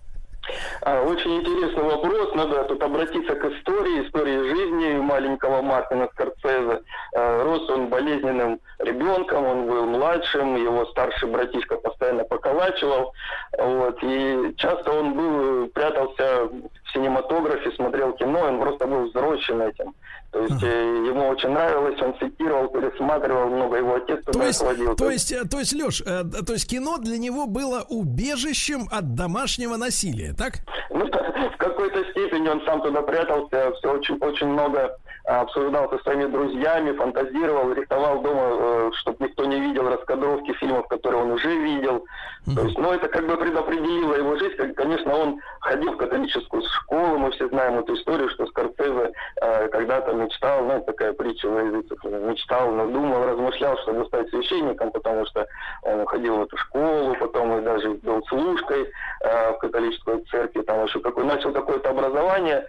Очень интересный вопрос. Надо тут обратиться к истории жизни маленького Мартина Скорсезе. Рос он болезненным ребенком, он был младшим, его старший братишка постоянно поколачивал. Вот, и часто он прятался в синематографе, смотрел кино, он просто был взросшен этим. То есть ему очень нравилось, он цитировал, пересматривал, много его отец туда отводил. То есть, Лёш, то есть кино для него было убежищем от домашнего насилия, так? Ну, в какой-то степени он сам туда прятался, все очень много обсуждал со своими друзьями, фантазировал, рисовал дома, чтобы никто не видел раскадровки фильмов, которые он уже видел. То есть, это как бы предопределило его жизнь. Конечно, он ходил в католическую школу, мы все знаем эту историю, что Скорсезе когда-то мечтал, такая притча в языцах, мечтал, думал, размышлял, чтобы стать священником, потому что он ходил в эту школу, потом и даже был служкой в католической церкви, там еще начал какое-то образование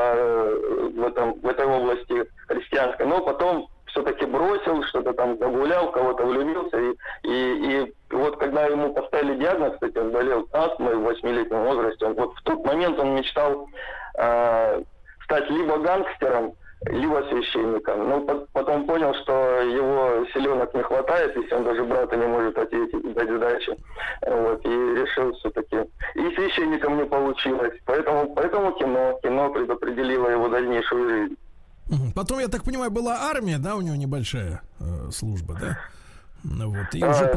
в этой области христианской, но потом все-таки бросил, что-то там загулял, кого-то влюбился, и вот когда ему поставили диагноз, кстати, он болел астмой в 8-летнем возрасте, вот в тот момент он мечтал стать либо гангстером, либо священником. Но потом понял, что его силенок не хватает, если он даже брата не может ответить, дать сдачи. Вот, и решил все-таки. И священником не получилось. Поэтому кино предопределило его дальнейшую жизнь. Потом, я так понимаю, была армия, да, у него небольшая служба, да? Вот, и уже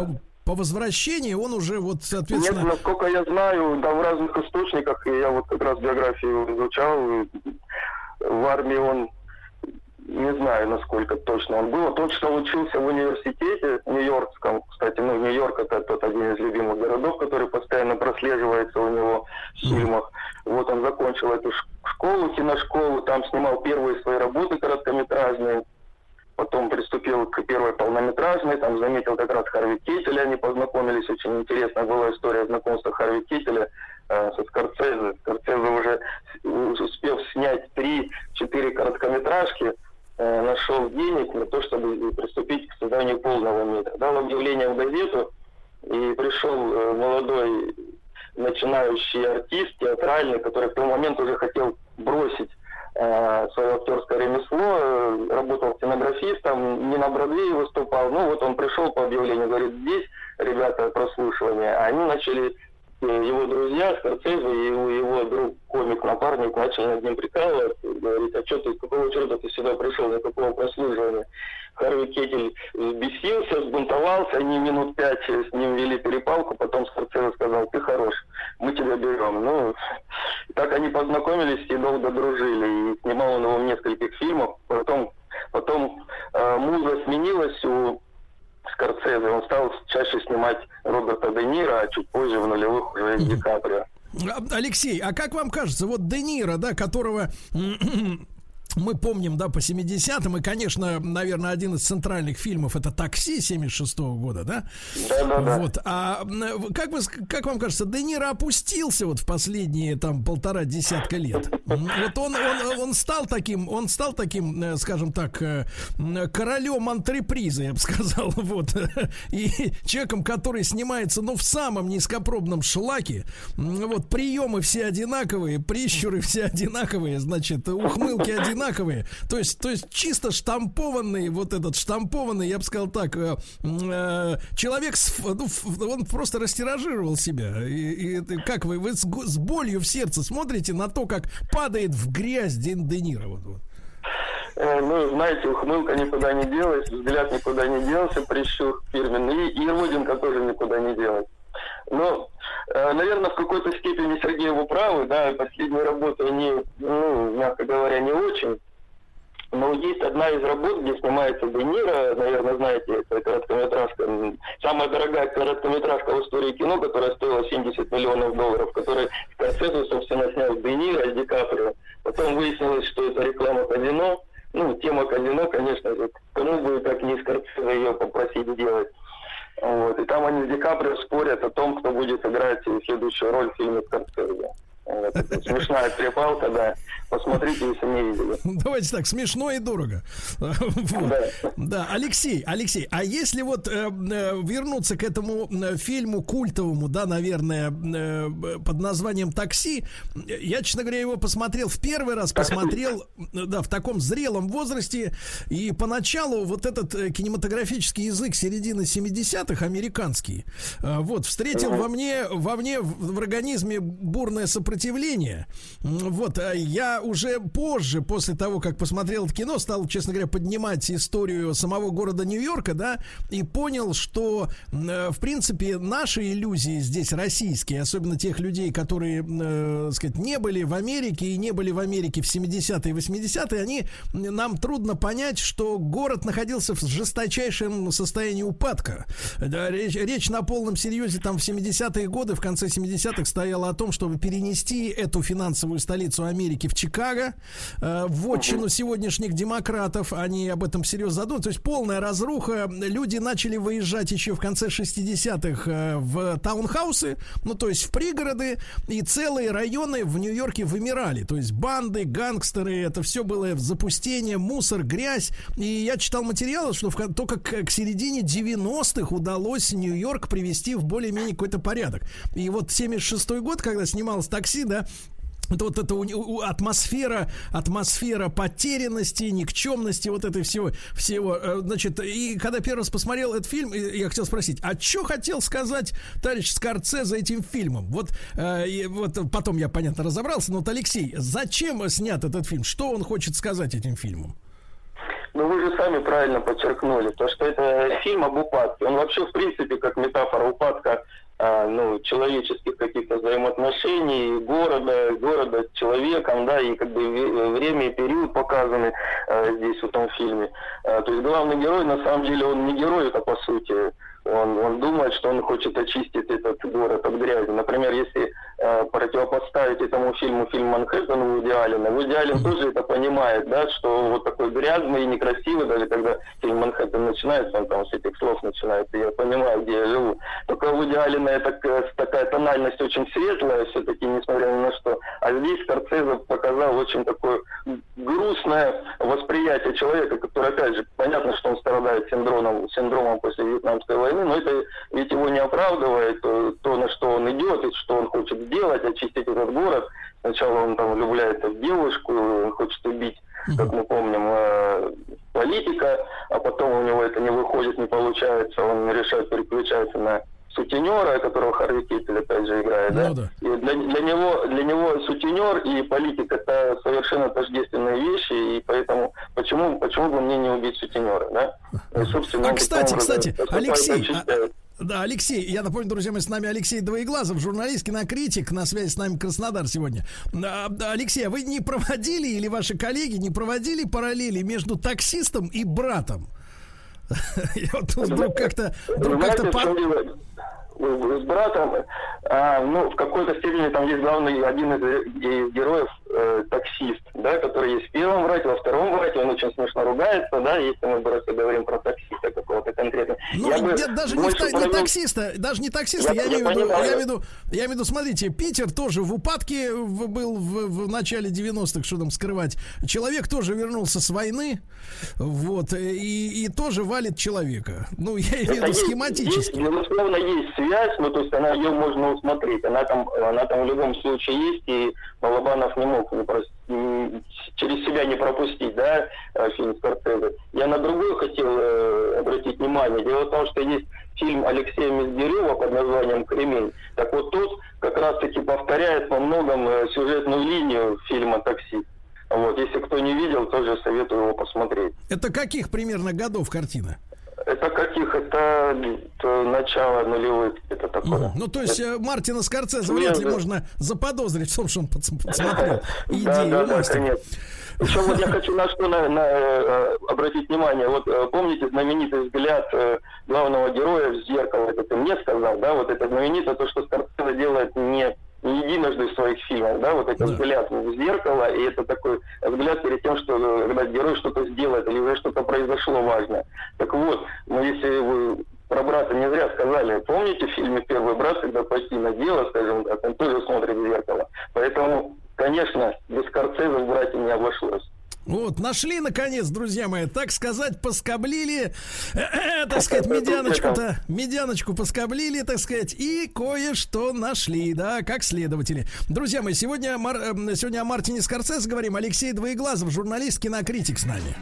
по возвращении он уже вот, соответственно... Нет, насколько я знаю, да, в разных источниках, и я вот как раз биографию изучал, в армии он, не знаю, насколько точно он был. Тот, что учился в университете нью-йоркском, кстати, Нью-Йорк — это тот один из любимых городов, который постоянно прослеживается у него в фильмах. Вот он закончил эту школу, киношколу, там снимал первые свои работы короткометражные. Потом приступил к первой полнометражной, там заметил как раз Харви Кейтеля, они познакомились, очень интересная была история знакомства Харви Кейтеля со Скорсезе. Скорсезе уже успев снять 3-4 короткометражки, нашел денег на то, чтобы приступить к созданию полного метра. Дал объявление в газету, и пришел молодой начинающий артист, театральный, который в тот момент уже хотел бросить свое актерское ремесло, работал сценографистом, не на Бродвее выступал. Ну вот он пришел по объявлению, говорит, здесь, ребята, прослушивание. А они начали, его друзья, Скорсезе и его друг, комик-напарник, начали над ним прикалываться, говорить, а что ты, какого черта ты сюда пришел, никакого прослушивания. Харви Кейтель взбесился, взбунтовался, они минут 5 с ним вели перепалку, потом Скорсезе сказал, ты хорош, мы тебя берем. Ну, так они познакомились и долго дружили, и снимал он его в нескольких фильмах, потом муза сменилась у Скорсезе, он стал чаще снимать Роберта Де Ниро, а чуть позже в нулевых уже Ди Каприо. Алексей, а как вам кажется, вот Де Ниро, да, которого мы помним, да, по 70-м, и, конечно, наверное, один из центральных фильмов — это «Такси» 76-го года, да? Да. Вот, а как вам кажется, Де Ниро опустился вот в последние, там, 1,5 десятка лет? Вот он стал таким, скажем так, королем антрепризы, я бы сказал, вот, и человеком, который снимается, ну, в самом низкопробном шлаке, вот, приемы все одинаковые, прищуры все одинаковые, значит, ухмылки одинаковые. То есть чисто штампованный, я бы сказал так, человек, он просто растиражировал себя. И как вы с болью в сердце смотрите на то, как падает в грязь Де Ниро? Вот. Ну, знаете, ухмылка никуда не делась, взгляд никуда не делся, прищур фирменный, и родинка тоже никуда не делась. Но, наверное, в какой-то степени Сергей его правы, да, последние работы, они, ну, мягко говоря, не очень. Но есть одна из работ, где снимается Де Ниро, наверное, знаете, это короткометражка, самая дорогая короткометражка в истории кино, которая стоила $70 миллионов, которую Скорсезе, собственно, снял с Де Ниро, с Ди Каприо. Потом выяснилось, что это реклама казино. Ну, тема казино, конечно же, кому бы как не Скорсезе ее попросить сделать. Вот. И там они с Ди Каприо спорят о том, кто будет играть следующую роль в фильме Скорсезе. Вот. Это смешная перепалка, да. Посмотрите, если не видели. Давайте так, смешно и дорого. Вот. Да, Алексей, а если вот вернуться к этому фильму культовому, да, наверное, под названием «Такси», я, честно говоря, его посмотрел в первый раз, да, в таком зрелом возрасте, и поначалу вот этот кинематографический язык середины 70-х, американский, вот, встретил во мне в организме бурное сопротивление. Вот, я уже позже, после того, как посмотрел это кино, стал, честно говоря, поднимать историю самого города Нью-Йорка, да, и понял, что, в принципе, наши иллюзии здесь российские, особенно тех людей, которые, сказать, не были в Америке и не были в Америке в 70-е и 80-е, нам трудно понять, что город находился в жесточайшем состоянии упадка. Да, речь на полном серьезе там в 70-е годы, в конце 70-х стояла о том, чтобы перенести эту финансовую столицу Америки в Чикаго, вотчину сегодняшних демократов. Они об этом серьезно задумываются. То есть полная разруха. Люди начали выезжать еще в конце 60-х в таунхаусы, ну то есть в пригороды, и целые районы в Нью-Йорке вымирали. То есть банды, гангстеры, это все было запустение, мусор, грязь. И я читал материалы, что только к середине 90-х удалось Нью-Йорк привести в более-менее какой-то порядок. И вот 76-й год, когда снималось «Такси», да, вот эта атмосфера потерянности, никчемности, вот это всего, значит, и когда первый раз посмотрел этот фильм, я хотел спросить, а что хотел сказать товарищ Скорсезе этим фильмом? Вот потом я, понятно, разобрался, но вот, Алексей, зачем снят этот фильм? Что он хочет сказать этим фильмом? Ну, вы же сами правильно подчеркнули, то, что это фильм об упадке. Он вообще, в принципе, как метафора упадка человеческих каких-то взаимоотношений, города с человеком, да, и как бы время и период показаны здесь, в этом фильме. То есть главный герой, на самом деле, он не герой, это по сути. Он думает, что он хочет очистить этот город от грязи. Например, если противопоставить этому фильму фильм «Манхэттен» Вуди Аллена, Вуди Аллен тоже это понимает, да, что вот такой грязный и некрасивый, даже когда фильм «Манхэттен» начинается, он там с этих слов начинается, я понимаю, где я живу. Только у Вуди Аллена это такая тональность очень светлая, все-таки, несмотря ни на что. А здесь Скорсезе показал очень такое грустное восприятие человека, который, опять же, понятно, что он страдает синдромом после Вьетнамской войны, но это ведь его не оправдывает то, на что он идет, и что он хочет сделать, очистить этот город. Сначала он там влюбляется в девушку, он хочет убить, как мы помним, политика, а потом у него это не выходит, не получается, он решает переключаться на сутенера, которого Харви Кейтель опять же играет, да? Да. И для него сутенер и политик это совершенно тождественные вещи, и поэтому почему бы мне не убить сутенера, да? И, собственно, кстати, Алексей. Да, Алексей, я напомню, друзья мои, с нами Алексей Двоеглазов, журналист, кинокритик, на связи с нами Краснодар сегодня. Алексей, а вы не проводили, или ваши коллеги не проводили параллели между таксистом и братом? Я вот вдруг как-то с братом, в какой-то степени там есть главный, один из героев, таксист, да, который есть в первом брате, во втором брате, он очень смешно ругается, да, если мы просто говорим про таксиста какого-то конкретно. Даже не таксиста, я имею в виду, смотрите, Питер тоже в упадке был в начале 90-х, что там скрывать. Человек тоже вернулся с войны, вот, и тоже валит человека. Ну, я имею в виду схематически. Безусловно, есть связь, ну, то есть ее можно усмотреть, она там в любом случае есть, и Балабанов не мог через себя не пропустить, да, фильм Скорсезе. Я на другое хотел обратить внимание. Дело в том, что есть фильм Алексея Мизгирева под названием «Кремень». Так вот, тот как раз-таки повторяет во многом сюжетную линию фильма «Такси». Вот, если кто не видел, тоже советую его посмотреть. Это каких примерно годов картина? Это начало нулевых, это такое. Ну, то есть Мартина Скорсезе вряд ли можно заподозрить в том, что он подсмотрел идею мастера. Еще вот я хочу на что обратить внимание. Вот помните знаменитый взгляд главного героя в зеркало? Это ты мне сказал, да? Вот это знаменитое, то, что Скорсезе делает не единожды в своих фильмах, да, вот этот взгляд в зеркало, и это такой взгляд перед тем, что когда герой что-то сделает или уже что-то произошло важное. Так вот, если вы про брата не зря сказали, помните в фильме «Первый брат», когда почти на дело, скажем так, он тоже смотрит в зеркало. Поэтому, конечно, без Скорсезе в «Брате» не обошлось. Вот, нашли, наконец, друзья мои, так сказать, поскоблили, так сказать, медяночку поскоблили, так сказать, и кое-что нашли, да, как следователи. Друзья мои, сегодня о Мартине Скорсезе говорим. Алексей Двоеглазов, журналист, кинокритик с нами.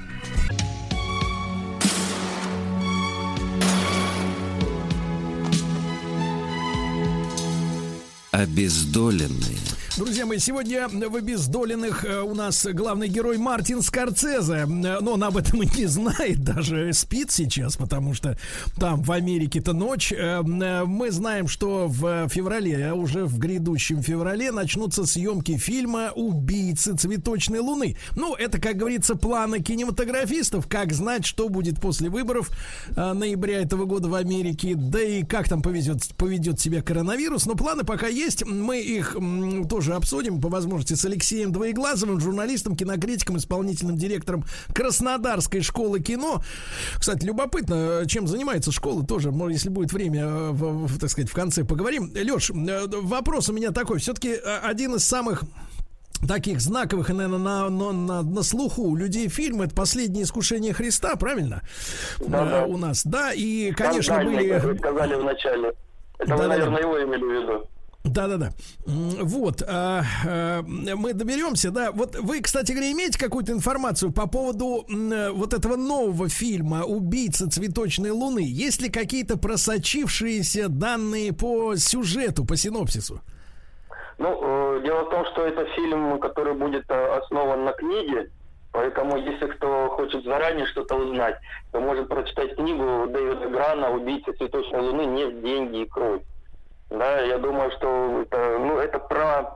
Обездоленные. Друзья мои, сегодня в «Обездоленных» у нас главный герой Мартин Скорсезе. Но он об этом и не знает, даже спит сейчас, потому что там в Америке-то ночь. Мы знаем, что в феврале, уже в грядущем феврале, начнутся съемки фильма «Убийцы цветочной луны». Ну, это, как говорится, планы кинематографистов. Как знать, что будет после выборов ноября этого года в Америке. Да и как там поведет себя коронавирус. Но планы пока есть. Мы их тоже обсудим по возможности с Алексеем Двоеглазовым, журналистом, кинокритиком, исполнительным директором Краснодарской школы кино. Кстати, любопытно, чем занимается школа, тоже, если будет время, так сказать, в конце поговорим. Леш, вопрос у меня такой. Все-таки один из самых таких знаковых, наверное, на слуху у людей фильм — это «Последнее искушение Христа», правильно? Да. У нас, да, и, конечно, были... Вы сказали в начале. Это вы, наверное, его имели в виду. Да. Вот, мы доберемся, да. Вот вы, кстати говоря, имеете какую-то информацию по поводу вот этого нового фильма «Убийца цветочной луны»? Есть ли какие-то просочившиеся данные по сюжету, по синопсису? Ну, дело в том, что это фильм, который будет основан на книге Поэтому, если кто хочет заранее что-то узнать, то может прочитать книгу Дэвида Грана «Убийца цветочной луны. Нефть, деньги и кровь». Да, я думаю, что это про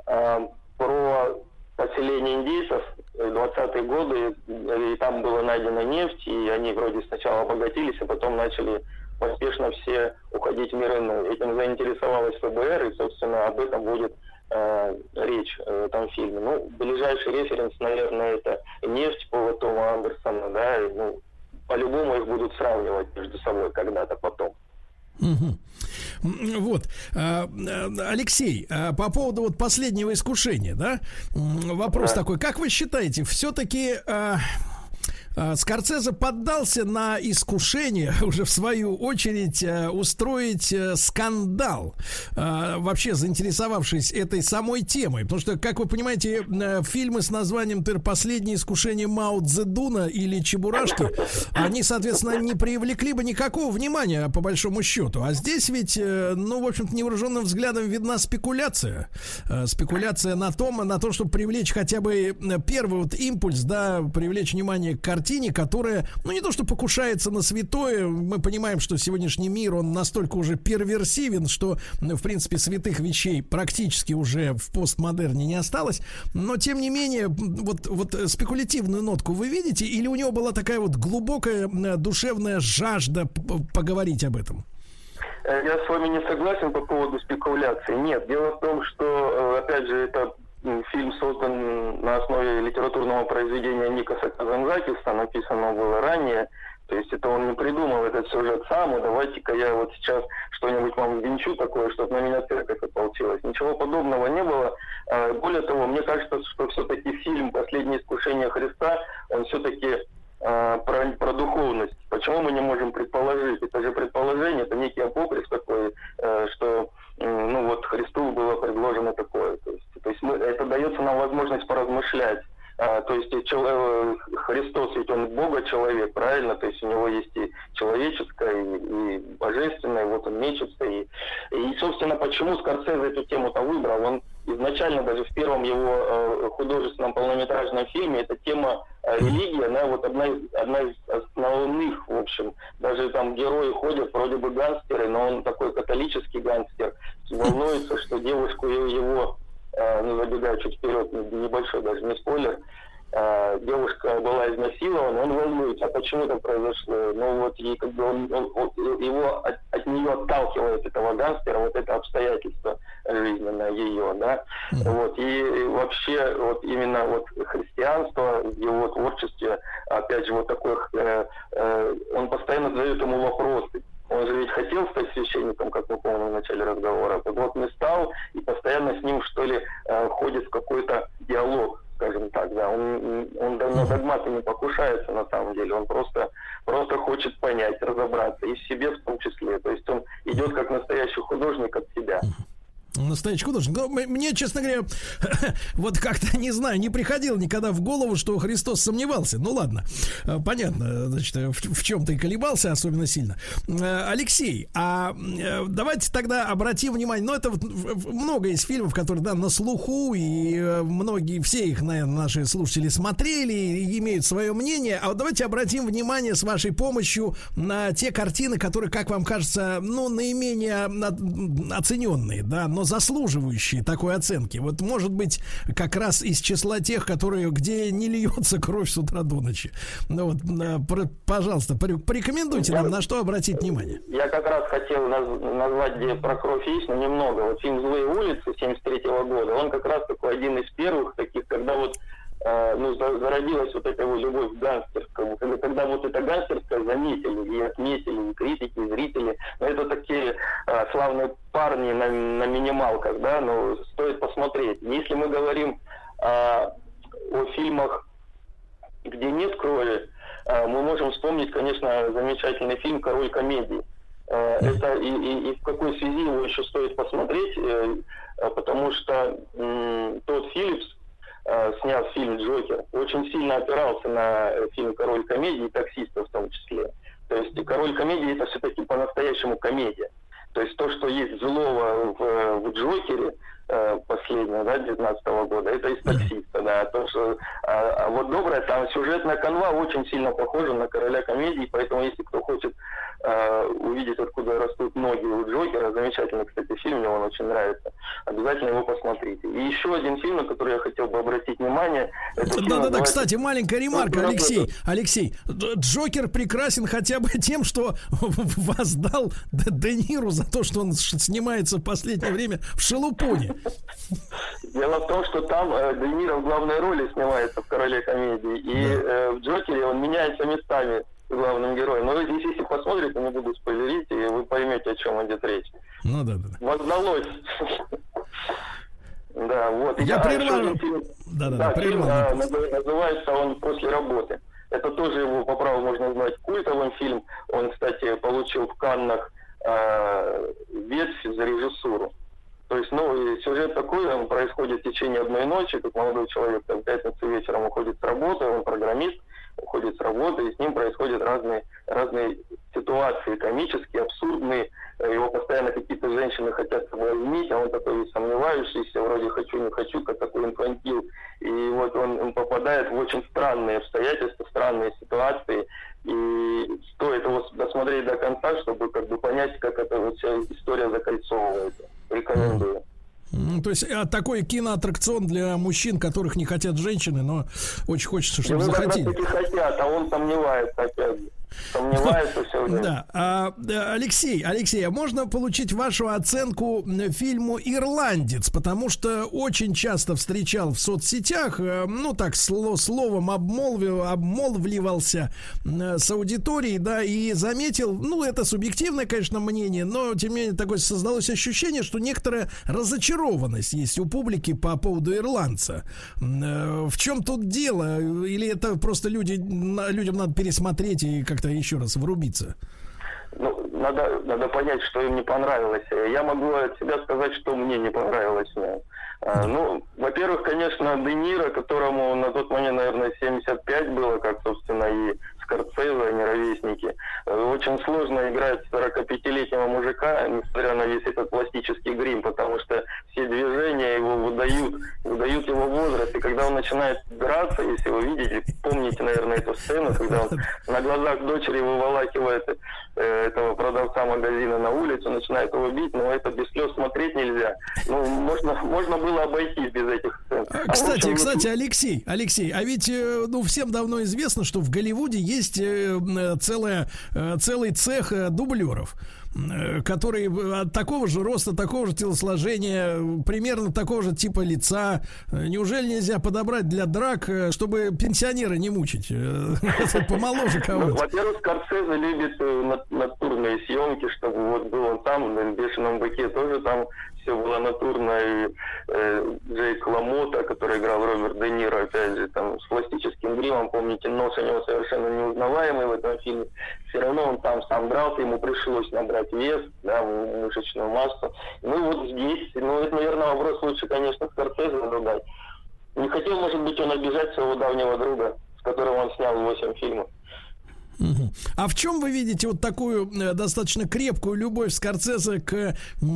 поселение индейцев в 20-е годы, и там была найдена нефть, и они вроде сначала обогатились, а потом начали поспешно все уходить в мир иной. Этим заинтересовалась ФБР, и, собственно, об этом будет речь в этом фильме. Ну, ближайший референс, наверное, это нефть Пола Тома Андерсона, да, и, по-любому их будут сравнивать между собой когда-то потом. Вот, Алексей, по поводу вот последнего искушения, да, вопрос такой, как вы считаете, все-таки Скорсезе поддался на искушение уже в свою очередь устроить скандал, вообще заинтересовавшись этой самой темой, потому что, как вы понимаете, фильмы с названием «Последнее искушение Мао Цзэдуна» или «Чебурашки», они, соответственно, не привлекли бы никакого внимания по большому счету, а здесь ведь, в общем-то, невооруженным взглядом видна спекуляция на том, чтобы привлечь хотя бы первый вот импульс, да, привлечь внимание к картине, которая, не то что покушается на святое, мы понимаем, что сегодняшний мир, он настолько уже перверсивен, что, в принципе, святых вещей практически уже в постмодерне не осталось, но, тем не менее, вот спекулятивную нотку вы видите, или у него была такая вот глубокая душевная жажда поговорить об этом? Я с вами не согласен по поводу спекуляции. Нет, дело в том, что, опять же, это фильм создан на основе литературного произведения Никоса Казанзакиса, написанного было ранее. То есть это он не придумал этот сюжет сам, и давайте-ка я вот сейчас что-нибудь вам венчу такое, чтобы на меня церковь ополчилась. Ничего подобного не было. Более того, мне кажется, что все-таки фильм «Последнее искушение Христа», он все-таки про духовность. Почему мы не можем предположить? Это же предположение, это некий апокриф такой, что Христу было предложено такое. То есть это дается нам возможность поразмышлять. То есть Христос, ведь он Бога-человек, правильно? То есть у него есть и человеческое, и божественное, вот он мечется. И собственно, почему Скорсезе эту тему-то выбрал? Он изначально, даже в первом его художественном полнометражном фильме, эта тема религия, она вот одна из основных, в общем. Даже там герои ходят, вроде бы гангстеры, но он такой католический гангстер, волнуется, что девушку его... забегая чуть вперед, небольшой даже не спойлер, девушка была изнасилована, он волнуется, а почему это произошло? Ей как бы его от нее отталкивает этого гангстера, вот это обстоятельство жизненное ее, да. И вообще именно христианство в его творчестве, опять же, он постоянно задает ему вопросы. Он же ведь хотел стать священником, как мы помним в начале разговора. Вот не стал, и постоянно с ним, что ли, ходит в какой-то диалог, скажем так, да. Он на догматы не покушается, на самом деле. Он просто хочет понять, разобраться, и в себе в том числе. То есть он идет как настоящий художник от себя. Настоящий художник. Но мне, честно говоря, вот как-то, не знаю, не приходило никогда в голову, что Христос сомневался. Ну ладно, понятно, значит, в чем-то и колебался особенно сильно. Алексей, а давайте тогда обратим внимание, это много из фильмов, которые, да, на слуху, и многие, все их, наверное, наши слушатели смотрели и имеют свое мнение. А вот давайте обратим внимание с вашей помощью на те картины, которые, как вам кажется, наименее оцененные, да, но заслуживающие такой оценки. Вот, может быть, как раз из числа тех, где не льется кровь с утра до ночи. Пожалуйста, порекомендуйте нам, на что обратить внимание. Я как раз хотел назвать, где про кровь есть, но немного. Вот фильм «Злые улицы» 1973 года, он как раз такой один из первых таких, когда зародилась вот эта любовь к гангстерскому, когда вот это гангстерское заметили и отметили и критики, и зрители. Но это такие славные парни на минималках, да, но стоит посмотреть. Если мы говорим о фильмах, где нет крови, мы можем вспомнить, конечно, замечательный фильм «Король комедии». Это и в какой связи его еще стоит посмотреть, потому что Тодд Филлипс, сняв фильм «Джокер», очень сильно опирался на фильм «Король комедии» и «Таксиста» в том числе. То есть «Король комедии» — это все-таки по-настоящему комедия. То есть то, что есть злого в Джокере, последнего, да, 19-го года, это из «Таксиста», да, то, что, а вот добрая, там сюжетная канва очень сильно похожа на «Короля комедий», поэтому если кто хочет увидеть, откуда растут ноги у Джокера, замечательный, кстати, фильм, мне он очень нравится, обязательно его посмотрите. И еще один фильм, на который я хотел бы обратить внимание, да, кстати, маленькая ремарка, Алексей, Джокер прекрасен хотя бы тем, что воздал Де Ниро за то, что он снимается в последнее время в «Шалупоне». Дело в том, что там Де Ниро в главной роли снимается в «Короле комедии», и в Джокере он меняется местами с главным героем. Но здесь, если посмотрите, не буду спойлерить, и вы поймете, о чем идет речь. Ну да. Воздалось. Да, вот. Я прервал. Фильм называется он «После работы». Это тоже его по праву можно назвать культовым фильм. Он, кстати, получил в Каннах ветвь за режиссуру. То есть, сюжет такой, он происходит в течение одной ночи, как молодой человек в пятницу вечером уходит с работы, он программист, уходит с работы, и с ним происходят разные ситуации, комические, абсурдные. Его постоянно какие-то женщины хотят соблазнить, а он такой сомневающийся, вроде хочу, не хочу, как такой инфантил. И вот он попадает в очень странные обстоятельства, странные ситуации. И стоит его досмотреть до конца, чтобы понять, как эта вот вся история закольцовывается. Рекомендую. То есть такой киноаттракцион для мужчин, которых не хотят женщины, но очень хочется, чтобы захотели. Как раз таки хотят, а он сомневается опять же. Сомневается все время. Да. Алексей, а можно получить вашу оценку фильму «Ирландец»? Потому что очень часто встречал в соцсетях, словом обмолвливался с аудиторией, да, и заметил, это субъективное, конечно, мнение, но, тем не менее, такое создалось ощущение, что некоторая разочарованность есть у публики по поводу «Ирландца». В чем тут дело? Или это просто людям надо пересмотреть и как-то еще раз врубиться? Надо понять, что им не понравилось. Я могу от себя сказать, что мне не понравилось. Во-первых, конечно, Де Ниро, которому на тот момент, наверное, 75 было, как, собственно, и Скорсезе, они ровесники. Очень сложно играть 45-летнего мужика, несмотря на весь этот пластический грим, потому что все движения его выдают его возраст. И когда он начинает драться, если вы видите, помните, наверное, эту сцену, когда он на глазах дочери выволакивает этого продавца магазина на улицу, начинает его бить, но это без слез смотреть нельзя. Можно было обойтись без этих сцен. Кстати, Алексей, а ведь всем давно известно, что в Голливуде есть целый цех дублеров, которые от такого же роста, такого же телосложения, примерно такого же типа лица. Неужели нельзя подобрать для драк, чтобы пенсионера не мучить? Помоложе кого-то. Во-первых, Скорсезе любит натурные съемки, чтобы вот был он там, в «Бешеном быке» тоже там все было натурно. И Джейк Ламота, который играл Роберт Де Ниро, опять же, там с пластическим гримом, помните, нос у него совершенно неузнаваемый в этом фильме. Все равно он там сам дрался, ему пришлось набрать вес, да, мышечную массу. Вот здесь, это, наверное, вопрос лучше, конечно, Скорсезе задать. Не хотел, может быть, он обижать своего давнего друга, с которым он снял 8 фильмов. А в чем вы видите вот такую достаточно крепкую любовь Скорсезе к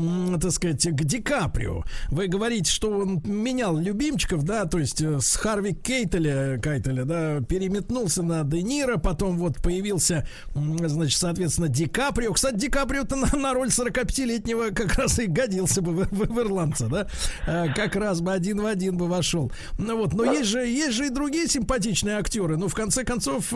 Ди Каприо? Вы говорите, что он менял любимчиков, да, то есть с Харви Кейтеля, да, переметнулся на Де Ниро, потом вот появился, соответственно, Ди Каприо. Кстати, Ди Каприо-то на роль 45-летнего как раз и годился бы в «Ирландце», да? Как раз бы один в один бы вошел. Но есть же и другие симпатичные актеры. В конце концов,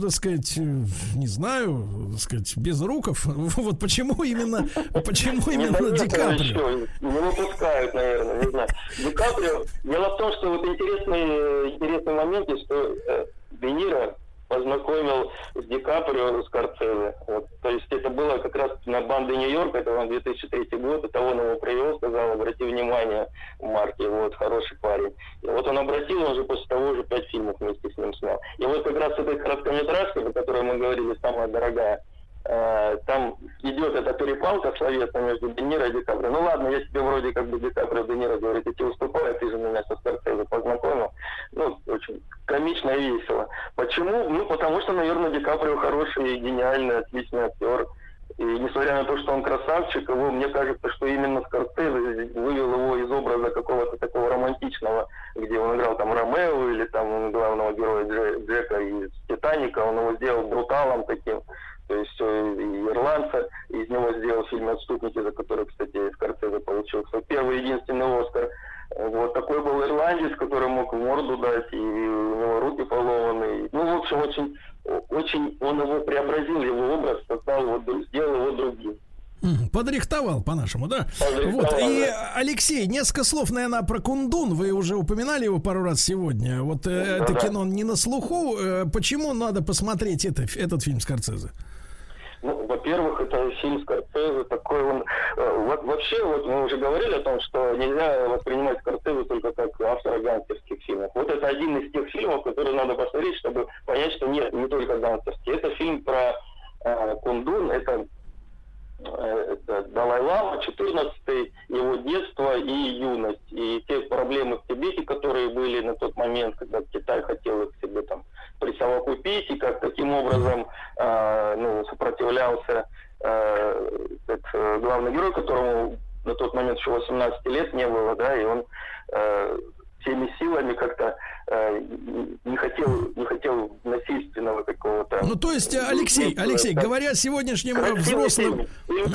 не знаю, Безруков. Вот почему именно Ди Каприо? Не выпускают, наверное, не знаю. Ди Каприо. Дело в том, что вот интересный момент, что Де Ниро познакомил с Ди Каприо Скорсезе. То есть это было как раз на «Банде Нью-Йорк», это 2003 год, это он его привел, сказал, обрати внимание, Марки, хороший парень. И он обратил, он же после того уже 5 фильмов вместе с ним снял. И как раз эта короткометражка, о которой мы говорили, самая дорогая, там идет эта перепалка словесная между Де Ниро и Ди Каприо. Ладно, я тебе вроде как бы Ди Каприо, Де Ниро говорит, я тебе уступаю, ты же меня со Скорсезе познакомил. Очень комично и весело. Почему? Потому что, наверное, Ди Каприо хороший, гениальный, отличный актер. И несмотря на то, что он красавчик, мне кажется, что именно Скорсезе вывел его из образа какого-то такого романтичного, где он играл там Ромео или там главного героя Джека из «Титаника», он его сделал бруталом таким. То есть и ирландца из него сделал фильм «Отступники», за который, кстати, Скорсезе получил свой первый и единственный Оскар. Вот такой был ирландец, который мог в морду дать, и у него руки поломаны. Ну, в общем, очень он его преобразил, его образ, сделал его другим. Подрихтовал, по-нашему, да? Подрихтовал, вот. И, да. Алексей, несколько слов, наверное, про «Кундун». Вы уже упоминали его пару раз сегодня. Вот это кино не на слуху. Почему надо посмотреть этот фильм Скорсезе? Ну, во-первых, это фильм Скорсезе, такой он... вообще, вот мы уже говорили о том, что нельзя воспринимать Скорсезе только как автора гангстерских фильмов. Вот это один из тех фильмов, которые надо посмотреть, чтобы понять, что нет, не только гангстерские. Это фильм про Кундун, это Далай-Лама, 14-й, его детство и юность. И те проблемы в Тибете, которые были на тот момент, когда Китай хотел их себе там присовокупить, и как таким образом сопротивлялся главный герой, которому на тот момент еще 18 лет не было, да, и он всеми силами как-то не хотел насильственного какого-то... Ну, то есть, Алексей, говоря сегодняшним взрослым...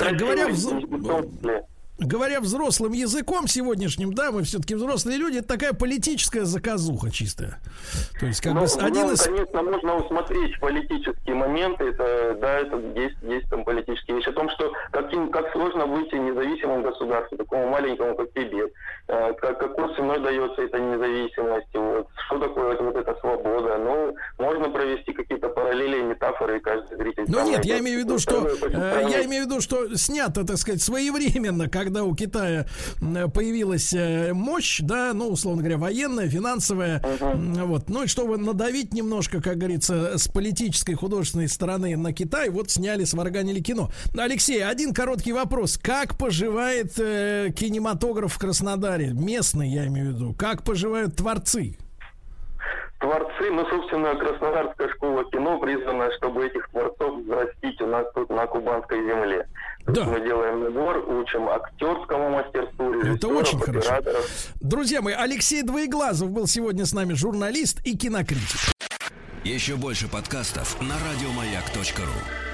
Говоря взрослым языком сегодняшним, да, мы все-таки взрослые люди, это такая политическая заказуха чистая. То есть, конечно, можно усмотреть политические моменты, это есть там политические вещи. О том, что как сложно быть независимым государством, такому маленькому, как Тибет, какой ценой дается эта независимость, вот, что такое вот эта свобода. Ну, можно провести какие-то параллели, метафоры, и каждый зритель... Ну, нет, я имею в виду, что снято, так сказать, своевременно, когда у Китая появилась мощь, да, ну, условно говоря, военная, финансовая, вот, ну, и чтобы надавить немножко, как говорится, с политической, художественной стороны на Китай, вот сняли, сварганили кино. Алексей, один короткий вопрос. Как поживает кинематограф в Краснодаре? Местный, я имею в виду. Как поживают творцы? Творцы, собственно, Краснодарская школа кино призвана, чтобы этих творцов взрастить у нас тут на кубанской земле. Да. Мы делаем набор, учим актерскому мастерству, это очень хорошо. Друзья мои, Алексей Двоеглазов был сегодня с нами, журналист и кинокритик. Еще больше подкастов на радиомаяк.ру.